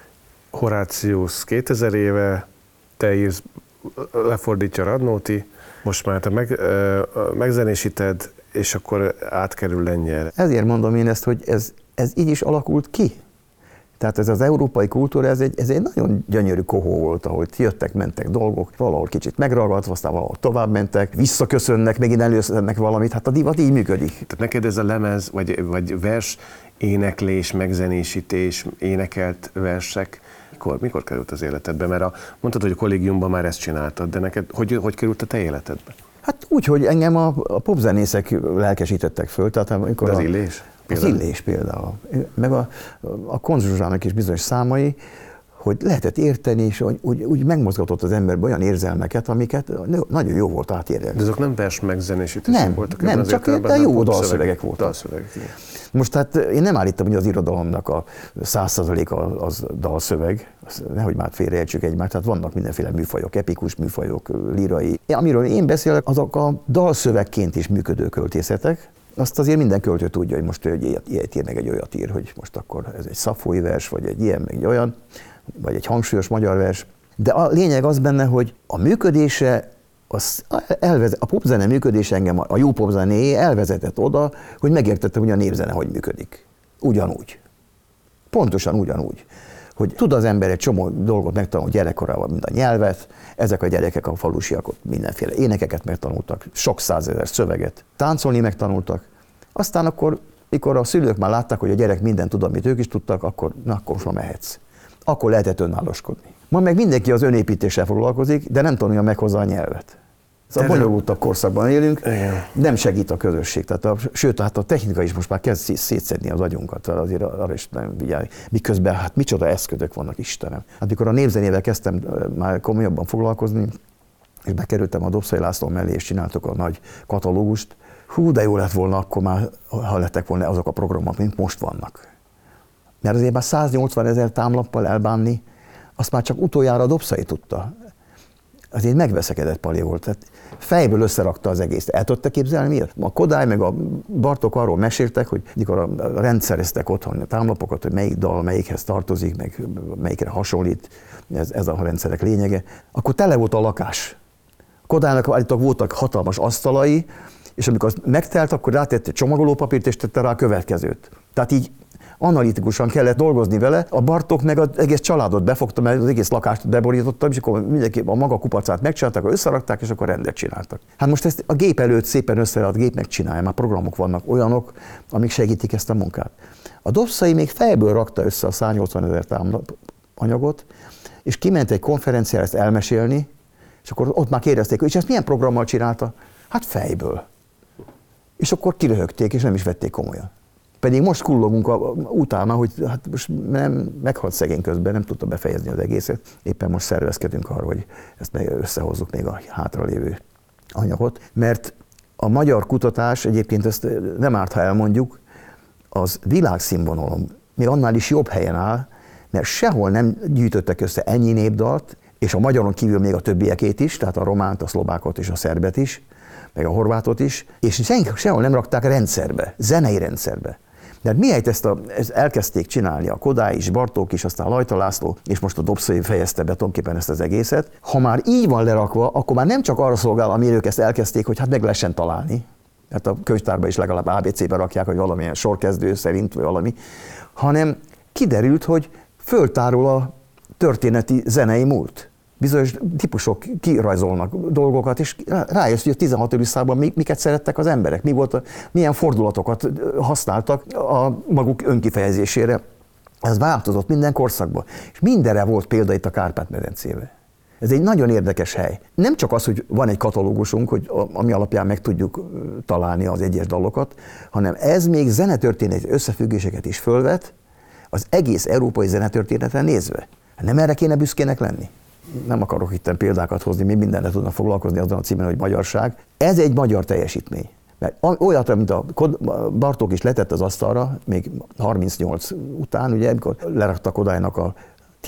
Horácius 2000 éve, te írsz, lefordítja Radnóti, most már te megzenésíted, és akkor átkerül lengyelre. Ezért mondom én ezt, hogy ez így is alakult ki. Tehát ez az európai kultúra, ez egy nagyon gyönyörű kohó volt, ahol jöttek-mentek dolgok, valahol kicsit megragadva, aztán valahol tovább mentek, visszaköszönnek, megint előszednek valamit, hát a divat így működik. Tehát neked ez a lemez, vagy vers, éneklés, megzenésítés, énekelt versek, mikor került az életedbe? Mert mondtad, hogy a kollégiumban már ezt csináltad, de neked hogy került a te életedbe? Hát úgy, hogy engem a popzenészek lelkesítettek föl. Tehát amikor de az Illés? Az Illés például. Meg a Koncz Zsuzsának is bizonyos számai, hogy lehetett érteni, és úgy megmozgatott az emberbe olyan érzelmeket, amiket nagyon jó volt átérni. De azok nem vers megzenésítések voltak? Nem, csak jó dalszövegek voltak. Dalszövegek, igen. Most hát én nem állítom, hogy az irodalomnak a 100% az dalszöveg, nehogy már félreértsük egymást, tehát vannak mindenféle műfajok, epikus műfajok, lírai. Amiről én beszélek, azok a dalszövegként is működő költészetek. Azt azért minden költő tudja, hogy most egy ilyet ír, meg egy olyat ír, hogy most akkor ez egy szapfói vers, vagy egy ilyen, meg egy olyan, vagy egy hangsúlyos magyar vers. De a lényeg az benne, hogy a működése, a popzene működése engem, a jó popzené elvezetett oda, hogy megértettem, hogy a népzene hogy működik. Ugyanúgy. Pontosan ugyanúgy. Hogy tud az ember egy csomó dolgot megtanulni gyerekkorában, mint a nyelvet, ezek a gyerekek, a falusiak ott mindenféle énekeket megtanultak, sok százezer szöveget, táncolni megtanultak. Aztán akkor, mikor a szülők már látták, hogy a gyerek mindent tud, amit ők is tudtak, akkor most már mehetsz. Akkor lehetett önállóskodni. Ma meg mindenki az önépítéssel foglalkozik, de nem tanulja meg hozzá a nyelvet. Szóval bonyolultabb korszakban élünk, nem segít a közösség. Sőt, hát a technika is most már kezd szétszedni az agyunkat, azért arra is nem vigyázni. Miközben hát micsoda eszközök vannak, Istenem. Hát mikor a népzenével kezdtem már komolyabban foglalkozni, és bekerültem a Dobszai László mellé, és csináltuk a nagy katalógust, hú, de jó lett volna akkor már, ha lettek volna azok a programok, mint most vannak. Mert azért már 180 000 támlappal elbánni, azt már csak utoljára a Dobszai tudta. Azért megveszekedett pali volt, tehát fejből összerakta az egész. El tudta képzelni miért? A Kodály meg a Bartók arról meséltek, hogy mikor rendszereztek otthon a támlapokat, hogy melyik dal melyikhez tartozik, meg melyikre hasonlít, ez a rendszerek lényege, akkor tele volt a lakás. A Kodálynak állítólag voltak hatalmas asztalai, és amikor az megtelt, akkor rátette csomagolópapírt, és tette rá a következőt. Tehát így analitikusan kellett dolgozni vele, a Bartók meg az egész családot befogta, mert az egész lakást beborította, és akkor mindenki a maga kupacát megcsinálták, akkor összerakták, és akkor rendet csináltak. Hát most ezt a gép előtt szépen összerakott gép megcsinálja, már programok vannak olyanok, amik segítik ezt a munkát. A Dobszai még fejből rakta össze a 180 000 támlap anyagot, és kiment egy konferenciára ezt elmesélni, és akkor ott már kérdezték, hogy és ezt milyen programmal csinálta? Hát fejből. És akkor kiröhögték, és nem is vették komolyan. Pedig most kullogunk utána, hogy hát most nem meghalt szegény közben, nem tudta befejezni az egészet. Éppen most szervezkedünk arra, hogy ezt összehozzuk még a hátralévő anyagot. Mert a magyar kutatás, egyébként ezt nem árt, ha elmondjuk, az világszínvonalon még annál is jobb helyen áll, mert sehol nem gyűjtöttek össze ennyi népdalt, és a magyaron kívül még a többiekét is, tehát a románt, a szlovákot és a szerbet is, meg a horvátot is, és sehol nem rakták rendszerbe, zenei rendszerbe. De mihelyt ezt elkezdték csinálni, a Kodály is, Bartók is, aztán Lajta László, és most a Dobszai fejezte be tulajdonképpen ezt az egészet, ha már így van lerakva, akkor már nem csak arra szolgál, amire ők ezt elkezdték, hogy hát meg lehessen találni. Hát a könyvtárban is legalább ABC-be rakják, hogy valamilyen sorkezdő szerint, vagy valami, hanem kiderült, hogy föltárul a történeti zenei múlt. Bizonyos típusok kirajzolnak dolgokat, és rájössz, hogy a 16. században miket szerettek az emberek, milyen fordulatokat használtak a maguk önkifejezésére. Ez változott minden korszakban. És mindenre volt példa itt a Kárpát-medencében. Ez egy nagyon érdekes hely. Nem csak az, hogy van egy katalógusunk, hogy ami alapján meg tudjuk találni az egyes dalokat, hanem ez még zenetörténeti összefüggéseket is fölvet az egész európai zenetörténetre nézve. Nem erre kéne büszkének lenni? Nem akarok itt példákat hozni, mi mindenre tudnak foglalkozni azon a címen, hogy magyarság. Ez egy magyar teljesítmény. Mert olyat, mint a Bartók is letett az asztalra, még 38 után, ugye, amikor lerakta Kodálynak a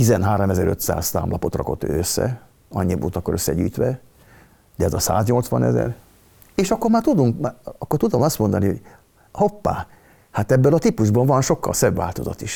13.500 támlapot rakott ő össze, annyi volt akkor összegyűjtve, de ez a 180 000. És akkor már tudom azt mondani, hogy hoppá, hát ebből a típusban van sokkal szebb változat is.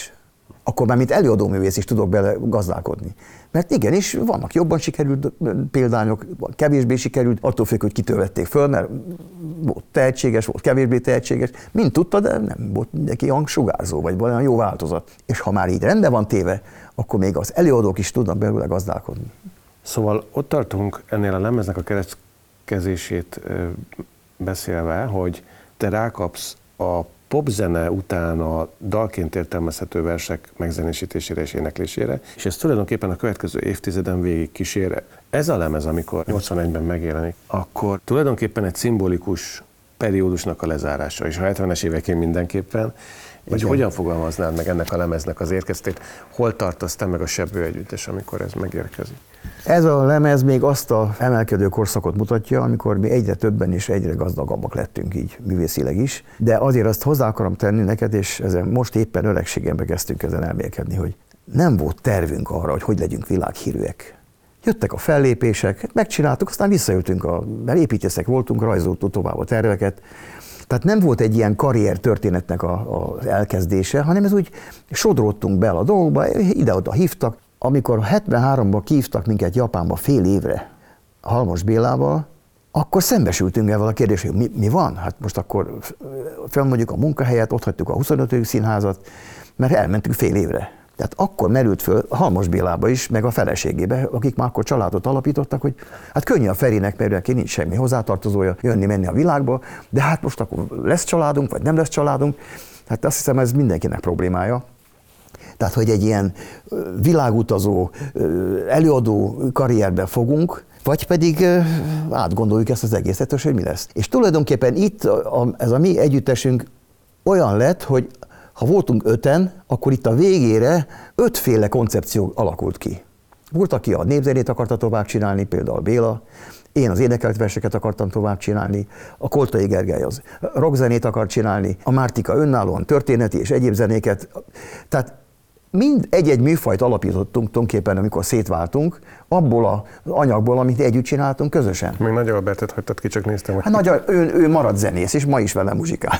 Akkor már mint előadóművész is tudok bele gazdálkodni. Mert igenis, vannak jobban sikerült példányok, kevésbé sikerült, attól függ, hogy kitől vették föl, mert volt tehetséges, volt kevésbé tehetséges, mind tudta, de nem volt mindenki hangsugárzó, vagy valami jó változat. És ha már így rendben van téve, akkor még az előadók is tudnak belőle gazdálkodni. Szóval ott tartunk ennél a lemeznek a keletkezését beszélve, hogy te rákapsz a popzene után a dalként értelmezhető versek megzenésítésére és éneklésére, és ez tulajdonképpen a következő évtizeden végig kísér. Ez a lemez, amikor 81-ben megjelenik, akkor tulajdonképpen egy szimbolikus periódusnak a lezárása, és a 70-es évekén mindenképpen, vagy igen. Hogyan fogalmaznád meg ennek a lemeznek az érkeztét? Hol tartasz te meg a Sebbő Együttes, amikor ez megérkezik? Ez a lemez még azt a emelkedő korszakot mutatja, amikor mi egyre többen és egyre gazdagabbak lettünk így művészileg is. De azért azt hozzá akarom tenni neked, és ezen most éppen öregségembe kezdtünk ezen elmélkedni, hogy nem volt tervünk arra, hogy legyünk világhírűek. Jöttek a fellépések, megcsináltuk, aztán visszajöttünk, mert építészek voltunk, rajzoltuk tovább a terveket. Tehát nem volt egy ilyen karrier történetnek az elkezdése, hanem ez úgy sodródtunk be a dolgokba, ide-oda hívtak. Amikor 73-ban kihívtak minket Japánba fél évre Halmos Bélával, akkor szembesültünk ezzel a kérdéssel, hogy mi van? Hát most akkor felmondjuk a munkahelyet, ott hagytuk a 25. színházat, mert elmentünk fél évre. Tehát akkor merült föl Halmos Bélába is, meg a feleségébe, akik már akkor családot alapítottak, hogy hát könnyű a Ferinek, mert neki nincs semmi hozzátartozója, jönni-menni a világba, de hát most akkor lesz családunk, vagy nem lesz családunk. Hát azt hiszem, ez mindenkinek problémája. Tehát, hogy egy ilyen világutazó, előadó karrierben fogunk, vagy pedig átgondoljuk ezt az egészet, hogy mi lesz. És tulajdonképpen itt ez a mi együttesünk olyan lett, hogy ha voltunk 5-en, akkor itt a végére 5 féle koncepció alakult ki. Volt, aki a népzenét akarta tovább csinálni, például Béla, én az énekelt verseket akartam tovább csinálni, a Koltai Gergely az rockzenét akart csinálni, a Mártika önállóan történeti és egyéb zenéket. Tehát mind egy-egy műfajt alapítottunk tulajdonképpen, amikor szétváltunk, abból az anyagból, amit együtt csináltunk közösen. Még Nagy Albertet hagytad ki, csak néztem. Hát ő maradt zenész, és ma is velem muzsikál.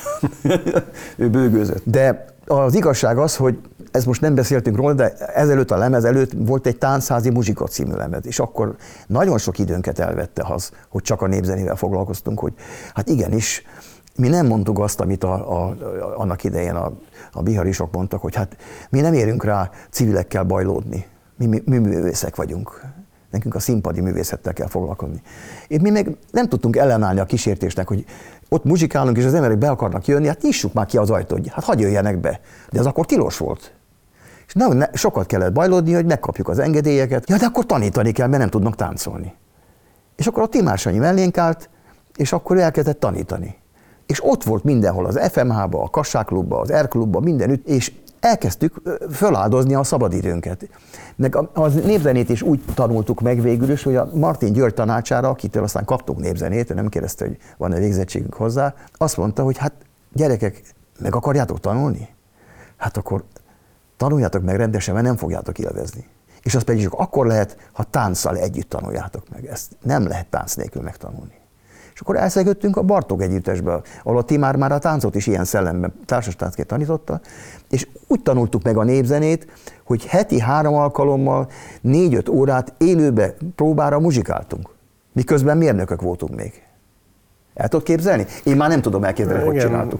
Ő bőgőzött. De az igazság az, hogy ezt most nem beszéltünk róla, de ezelőtt a lemez előtt volt egy Táncházi Muzsika című lemez, és akkor nagyon sok időnket elvette az, hogy csak a népzenével foglalkoztunk, hogy hát igenis, mi nem mondtuk azt, amit annak idején a biharisok mondtak, hogy hát mi nem érünk rá civilekkel bajlódni, mi művészek vagyunk. Nekünk a színpadi művészettel kell foglalkozni. Mi meg nem tudtunk ellenállni a kísértésnek, hogy ott muzsikálunk, és az emberek be akarnak jönni, hát nyissuk már ki az ajtót, hát hadd jöjjenek be. De az akkor tilos volt. És sokat kellett bajlódni, hogy megkapjuk az engedélyeket, ja, de akkor tanítani kell, mert nem tudnak táncolni. És akkor a Timár Sanyi mellénk állt, és akkor ő elkezdett tanítani. És ott volt mindenhol, az FMH-ba, a Kassák klubba, az R-klubba, mindenütt, és elkezdtük föláldozni a szabadidőnket. Meg a népzenét is úgy tanultuk meg végül is, hogy a Martin György tanácsára, akitől aztán kaptunk népzenét, nem kérdezte, hogy van-e végzettségünk hozzá, azt mondta, hogy hát gyerekek, meg akarjátok tanulni? Hát akkor tanuljátok meg rendesen, mert nem fogjátok élvezni. És azt pedig csak akkor lehet, ha tánccal együtt tanuljátok meg. Ezt nem lehet tánc nélkül megtanulni. És akkor elszegődtünk a Bartók Együttesbe, ahol a Timár már a táncot is ilyen szellemben társastáncként tanította, és úgy tanultuk meg a népzenét, hogy heti 3 alkalommal 4-5 órát élőbe próbára muzsikáltunk. Miközben mérnökök voltunk még. El tudod képzelni? Én már nem tudom elképzelni, hogy csináltuk.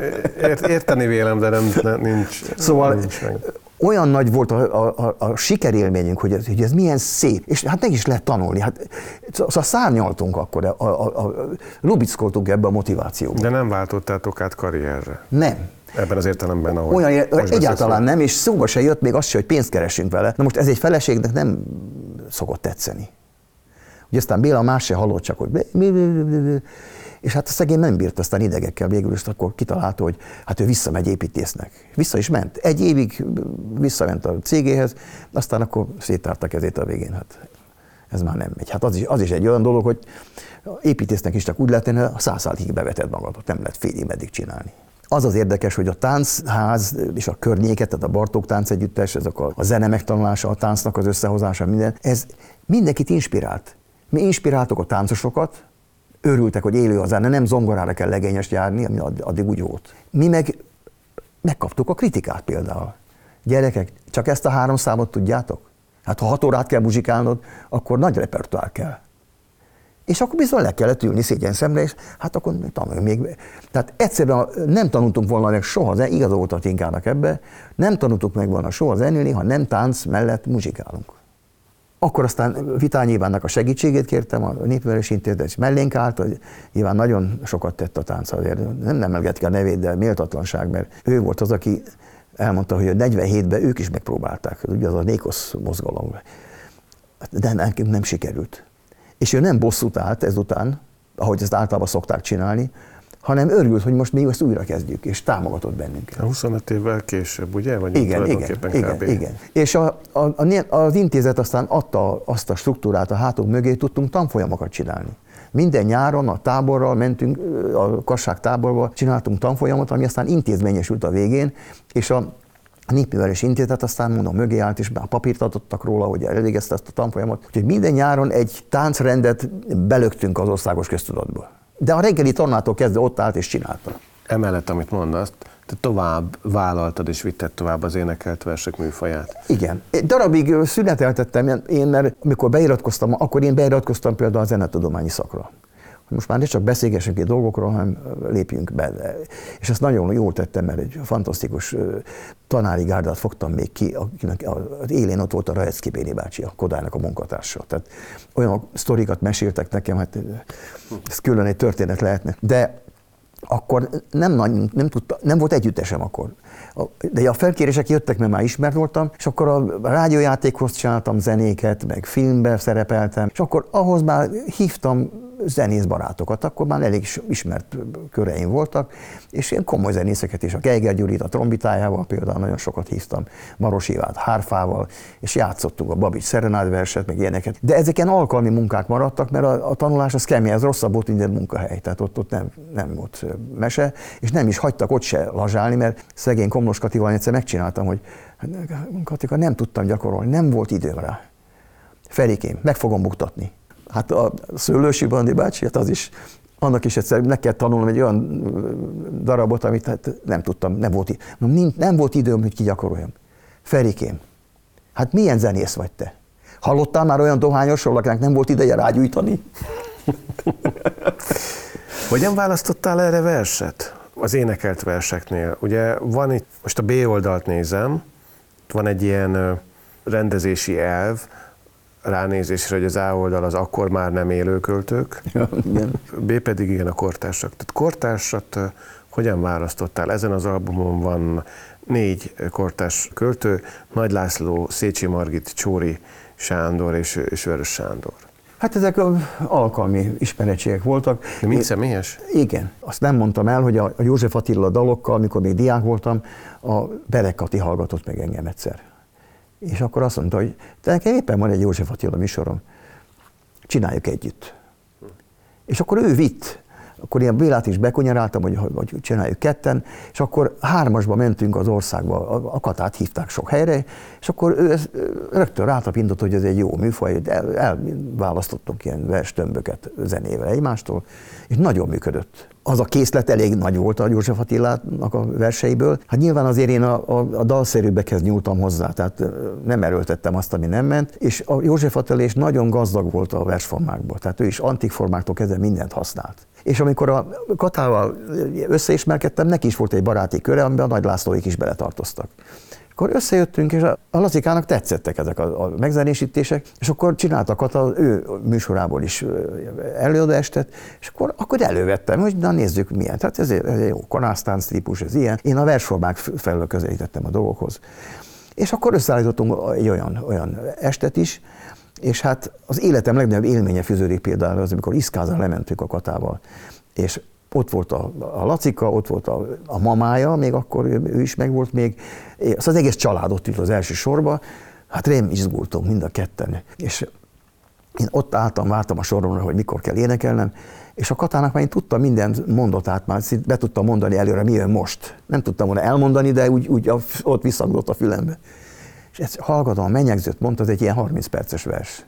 Érteni vélem, de nincs. Szóval nincs meg. Olyan nagy volt a sikerélményünk, hogy ez milyen szép, és hát meg is lehet tanulni. Hát, szóval szárnyaltunk akkor, lubickoltunk ebbe a motivációba. De nem váltottátok át karrierre? Nem. Ebben az értelemben, ahogy Olyan, egyáltalán nem, és szóba se jött még az se, hogy pénzt keresünk vele. Na most ez egy feleségnek nem szokott tetszeni. Ugye aztán Béla más se hallott, csak hogy és hát a szegény nem bírt, aztán idegekkel végül is akkor kitalálta, hogy hát ő visszamegy építésznek. Vissza is ment. 1 évig visszament a cégéhez, aztán akkor széttárta kezét a végén. Hát ez már nem megy. Hát az is egy olyan dolog, hogy építésznek is csak úgy lehet tenni, a 100%-ig beveted magadat, nem lehet félig meddig csinálni. Az az érdekes, hogy a táncház és a környéket, tehát a Bartók Táncegyüttes, ezek a zene megtanulása, a táncnak az összehozása, minden, ez mindenkit inspirált. Mi inspiráltuk a táncosokat, örültek, hogy élő a zene, nem zongorára kell legényest járni, ami addig úgy volt. Mi meg megkaptuk a kritikát például. Gyerekek, csak ezt a 3 számot tudjátok? Hát ha 6 órát kell muzsikálnod, akkor nagy repertoár kell. És akkor bizony le kellett ülni szégyen szemre, és hát akkor tanuljuk még. Tehát egyszerűen nem tanultunk volna meg soha, igaza volt a Tinkának ebbe, nem tanultuk meg volna soha zenélni, ha nem tánc mellett muzsikálunk. Akkor aztán Vitányi Ivánnak a segítségét kértem, a Népművelési Intézet is mellénk állt, hogy Iván nagyon sokat tett a tánc, azért nem emelgetik a nevét, de méltatlanság, mert ő volt az, aki elmondta, hogy a 47-ben ők is megpróbálták, ugye az a Nékosz mozgalom, de nekünk nem sikerült. És ő nem bosszút állt ezután, ahogy ezt általában szokták csinálni, hanem örült, hogy most mi ezt újra kezdjük, és támogatott bennünket. 25 évvel később, ugye? Vagy Igen. És az intézet aztán adta azt a struktúrát a hátunk mögé, tudtunk tanfolyamokat csinálni. Minden nyáron a táborral mentünk, a Kassák táborba csináltunk tanfolyamot, ami aztán intézményesült a végén, és a Népművelési Intézet aztán mondom mögé állt, és papírt adottak róla, hogy elvégezte ezt a tanfolyamot. Úgyhogy minden nyáron egy táncrendet belöktünk az országos köztudatba. De a reggeli tornától kezdve ott állt és csinálta. Emellett, amit mondasz, te tovább vállaltad és vitted tovább az énekelt versek műfaját. Igen. Egy darabig szüneteltettem én, mert amikor beiratkoztam, akkor én beiratkoztam például a zenetudományi szakra. Most már ne csak beszélgessünk egy dolgokról, hanem lépjünk be. És ezt nagyon jól tettem, mert egy fantasztikus tanári gárdát fogtam még ki, akinek az élén ott volt a Rajecki Béni bácsi, a Kodálynak a munkatársa. Tehát olyan sztorikat meséltek nekem, hát ez külön egy történet lehetne. De akkor nem volt együttesem akkor. De a felkérések jöttek, mert már ismert voltam, és akkor a rádiójátékhoz csináltam zenéket, meg filmbe szerepeltem, és akkor ahhoz már hívtam zenész barátokat, akkor már elég ismert köreim voltak, és én komoly zenészeket is, a Geiger Gyurit a trombitájával például nagyon sokat hívtam, Maros Ivát hárfával, és játszottuk a Babics szerenád verset, meg ilyeneket. De ezek ilyen alkalmi munkák maradtak, mert a tanulás az kemény, ez rosszabb volt, mint egy munkahely, tehát ott nem volt mese, és nem is hagytak ott se lazsálni, mert szegény Komlós Katival egyszer megcsináltam, hogy Katika, nem tudtam gyakorolni, nem volt időm rá. Ferikém, meg fogom buktatni. Hát a Szőlősi Bandi bácsi, hát az is, annak is egyszer meg kell tanulnom egy olyan darabot, amit hát nem tudtam, nem volt időm, hogy kigyakoroljam. Ferikém, hát milyen zenész vagy te? Hallottál már olyan dohányosról, akinek nem volt ideje rágyújtani? Hogyan választottál erre verset? Az énekelt verseknél. Ugye van itt, most a B oldalt nézem, van egy ilyen rendezési elv, ránézésre, hogy az A oldal az akkor már nem élő költők, Ja, igen. B pedig igen a kortársak. Tehát kortársat hogyan választottál? Ezen az albumon van 4 kortárs költő, Nagy László, Szécsi Margit, Csóri Sándor és Vörös Sándor. Hát ezek alkalmi ismeretségek voltak. De mind személyes? Igen. Azt nem mondtam el, hogy a József Attila dalokkal, amikor még diák voltam, a Berek Kati hallgatott meg engem egyszer. És akkor azt mondta, hogy te nekem éppen van egy József Attila műsorom, csináljuk együtt. És akkor ő vitt. Akkor ilyen Bélát is bekonyaráltam, hogy csináljuk ketten, és akkor 3-asba mentünk az országba, a Katát hívták sok helyre, és akkor ő rögtön rátapintott, hogy ez egy jó műfaj, elválasztottunk ilyen verstömböket zenével egymástól, és nagyon működött. Az a készlet elég nagy volt a József Attilának a verseiből. Hát nyilván azért én a dalszerűbbekhez nyúltam hozzá, tehát nem erőltettem azt, ami nem ment, és a József Attila is nagyon gazdag volt a versformákból, tehát ő is antik formáktól kezdve mindent használt. És amikor a Katával összeismerkedtem, neki is volt egy baráti köre, amiben a Nagy Lászlóik is beletartoztak. Akkor összejöttünk, és a Lacikának tetszettek ezek a megzenésítések, és akkor csinálta Kata ő műsorából is előadástet, és akkor elővettem, hogy na nézzük milyen. Tehát ez egy jó kanásztánc típus, ez ilyen. Én a versformák felől közelítettem a dolgokhoz. És akkor összeállítottunk egy olyan estet is, és hát az életem legnagyobb élménye fűződik például az, amikor Iszkázra lementünk a Katával, és ott volt a Lacika, ott volt a mamája, még akkor ő is megvolt még, az egész család ott ült az első sorba, hát rém izgultunk mind a ketten, és én ott álltam, vártam a soromra, hogy mikor kell énekelnem, és a Katának már én tudtam minden mondatát, már be tudtam mondani előre, mi jön most. Nem tudtam volna elmondani, de úgy ott visszagdott a fülembe. És ezt hallgatom, a Menyegzőt mondta, ez egy ilyen 30 perces vers.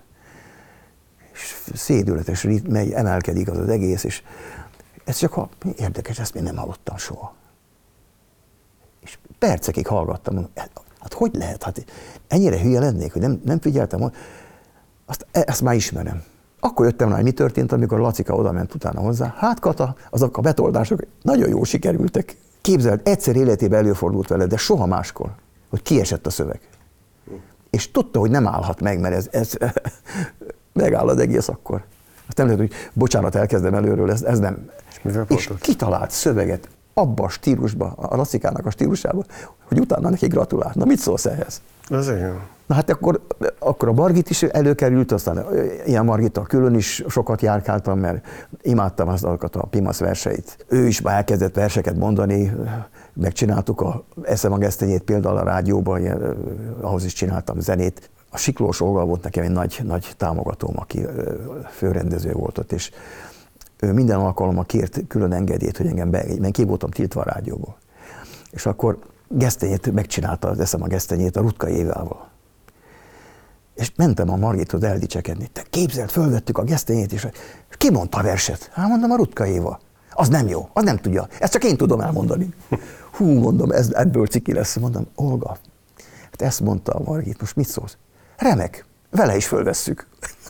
És szédületes megy, emelkedik az egész, és ez csak érdekes, ezt még nem hallottam soha. És percekig hallgattam, mondom, Hát hogy lehet? Hát ennyire hülye lennék, hogy nem figyeltem. Ezt már ismerem. Akkor jöttem rá, hogy mi történt, amikor Lacika oda ment utána hozzá. Hát Kata, azok a betoldások nagyon jól sikerültek. Képzeld, egyszer életében előfordult vele, de soha máskor, hogy kiesett a szöveg. És tudta, hogy nem állhat meg, mert ez megáll az egész akkor. Azt nem lehet, hogy bocsánat, elkezdem előről, ez nem. És kitalált szöveget abba a stílusba, a Lacikának a stílusában, hogy utána neki gratulált. Na mit szólsz ehhez? Az igen. Na hát akkor a Margit is előkerült, aztán ilyen Margittal külön is sokat járkáltam, mert imádtam azokat a Pimasz verseit. Ő is már elkezdett verseket mondani, megcsináltuk Eszem a gesztenyét például a rádióban, ahhoz is csináltam zenét. A Siklós Olga volt nekem egy nagy támogatóm, aki főrendező volt ott, és ő minden alkalommal kért külön engedélyt, hogy engem mert ki voltam tiltva a rádióból. És akkor gesztenyét megcsinálta, az Eszem a gesztenyét a Rutka Évával. És mentem a Margithoz eldicsekedni. Te képzeld, fölvettük a gesztenyét, és ki mondta a verset? Hát mondom, a Rutka Éva. Az nem jó, az nem tudja. Ezt csak én tudom elmondani. Hú, mondom, ebből ciki lesz. Mondom, Olga, hát ezt mondta a Margit, most mit szólsz? Remek, vele is fölvesszük.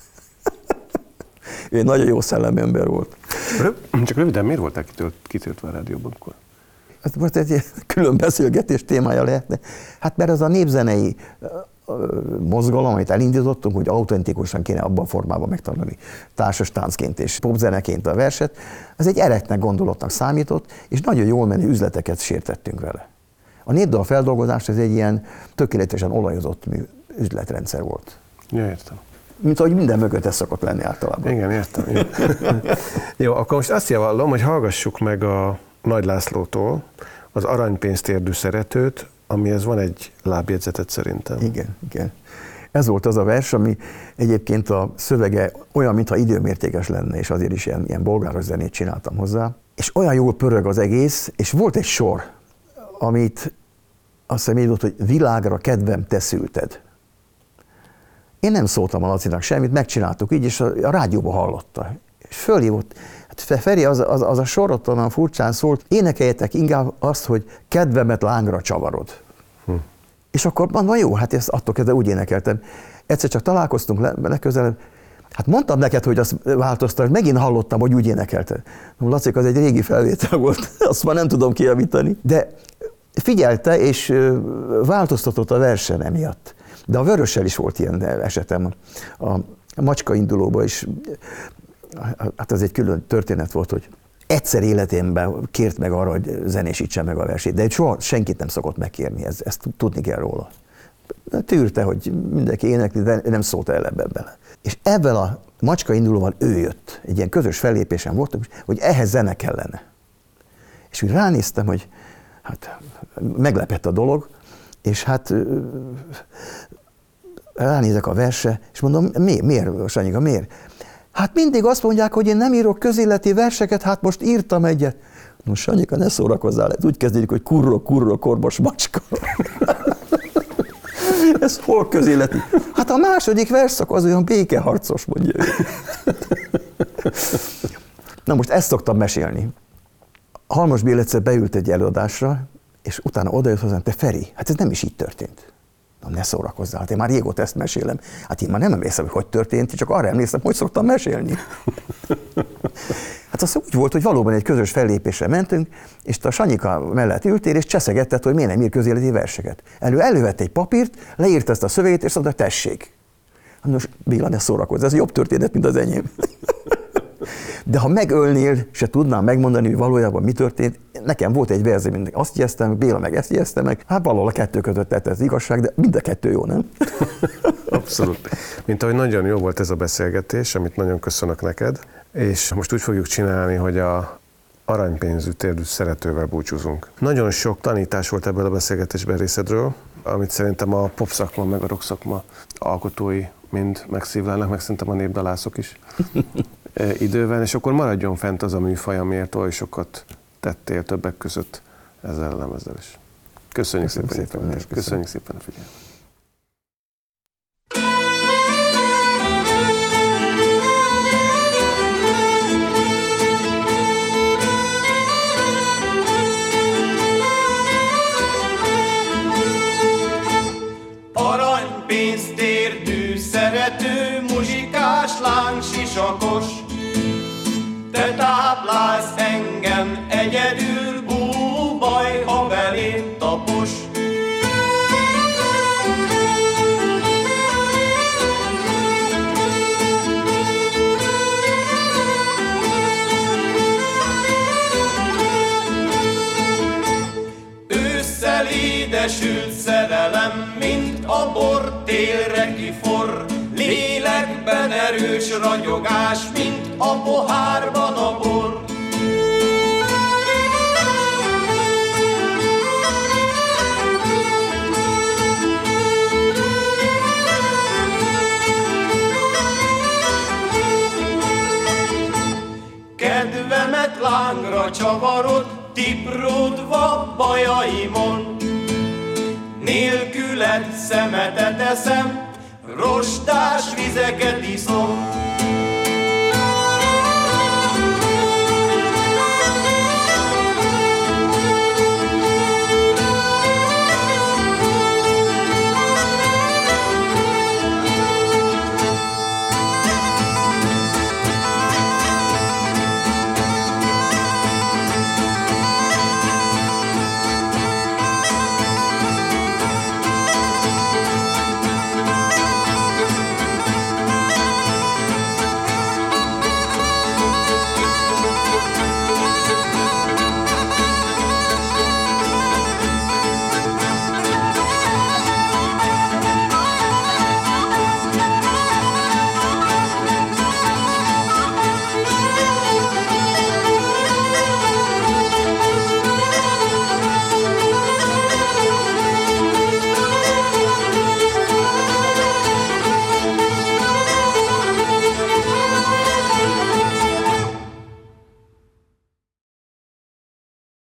Ő egy nagyon jó szellemű ember volt. Csak röviden, miért voltál kitöltve a rádióban akkor? Hát most egy külön beszélgetés témája lehetne. Hát mert az a népzenei mozgalom, amit elindítottunk, hogy autentikusan kéne abban a formában megtanulni társas táncként és popzeneként a verset, az egy ereknek gondolatnak számított, és nagyon jól menő üzleteket sértettünk vele. A népdal feldolgozás ez egy ilyen tökéletesen olajozott üzletrendszer volt. Ja, értem. Mint ahogy minden mögött ez szokott lenni általában. Igen, értem. Jó, akkor most azt javaslom, hogy hallgassuk meg a Nagy Lászlótól az Aranypénztérdű szeretőt, amihez van egy lábjegyzetet szerintem. Igen. Ez volt az a vers, ami egyébként a szövege olyan, mintha időmértékes lenne, és azért is ilyen bolgáros zenét csináltam hozzá. És olyan jól pörög az egész, és volt egy sor, amit azt hiszem így volt, hogy világra kedvem te szülted. Én nem szóltam a Lacinak semmit, megcsináltuk így, és a rádióban hallotta. És fölhívott, hát Feri, az a sor ott onnan furcsán szólt, énekeljetek inkább azt, hogy kedvemet lángra csavarod. És akkor mondom, jó, hát ezt attól kezdve úgy énekeltem. Egyszer csak találkoztunk legközelebb, hát mondtam neked, hogy azt változtam, hogy megint hallottam, hogy úgy énekelted. Lacik, az egy régi felvétel volt, azt már nem tudom kijavítani. De figyelte, és változtatott a versen emiatt. De a Vörössel is volt ilyen esetem. A Macska indulóban is, hát az egy külön történet volt, hogy egyszer életemben kért meg arra, hogy zenésítse meg a versét, de soha senkit nem szokott megkérni, ezt tudni kell róla. Tűrte, hogy mindenki énekli, de nem szólt el ebbe bele. És ebben a Macska indulóval ő jött, egy ilyen közös fellépésen voltunk, hogy ehhez zene kellene. És úgy ránéztem, hogy hát meglepett a dolog, és hát ránézek a verse, és mondom, miért, Sanyika, miért? Hát mindig azt mondják, hogy én nem írok közéleti verseket, hát most írtam egyet. No, Sanyika, ne szórakozzál, úgy kezdődik, hogy kurro, korbos macska. Ez hol közéleti? Hát a második verszak az olyan békeharcos, mondja ő. Na most ezt szoktam mesélni. Halmos Béla egyszer beült egy előadásra, és utána odajött hozzám, te Feri, hát ez nem is így történt. Na, ne szórakozzál, hát én már régóta ezt mesélem. Hát én már nem emlékszem, hogy történt, csak arra emlékszem, hogy szoktam mesélni. Hát az úgy volt, hogy valóban egy közös fellépésre mentünk, és a Sanyika mellett ültél, és cseszegetett, hogy miért nem ír közéleti verseket. Elővett egy papírt, leírt ezt a szöveget, és mondta, tessék. Nos, Béla, ne szórakozz, ez jobb történet, mint az enyém. De ha megölnél, se tudnám megmondani, hogy valójában mi történt. Nekem volt egy verze, mindig azt jegyeztem, Béla meg ezt jegyezte meg. Hát valahol a kettő között tett ez igazság, de mind a kettő jó, nem? Abszolút. Mint ahogy nagyon jó volt ez a beszélgetés, amit nagyon köszönök neked, és most úgy fogjuk csinálni, hogy a Aranypénzű térdű szeretővel búcsúzunk. Nagyon sok tanítás volt ebből a beszélgetésben részedről, amit szerintem a pop szakma meg a rock szakma alkotói mind megszívlelnek, meg szerintem a népdalászok is időben, és akkor maradjon fent az a műfaj, amiért oly sokat tettél többek között ezzel a lemezzel is. Köszönjük szépen. Köszönjük szépen a figyelmet. táplálsz engem egyedül, búbaj, ha belém tapos. Ősszel édesült szerelem, mint a bor télre kiforr, lélekben erős ragyogás, mint a pohárban a bor. Kedvemet lángra csavarod, tipródva bajaimon. Nélküled szemetet eszem, rostás vizeket iszom.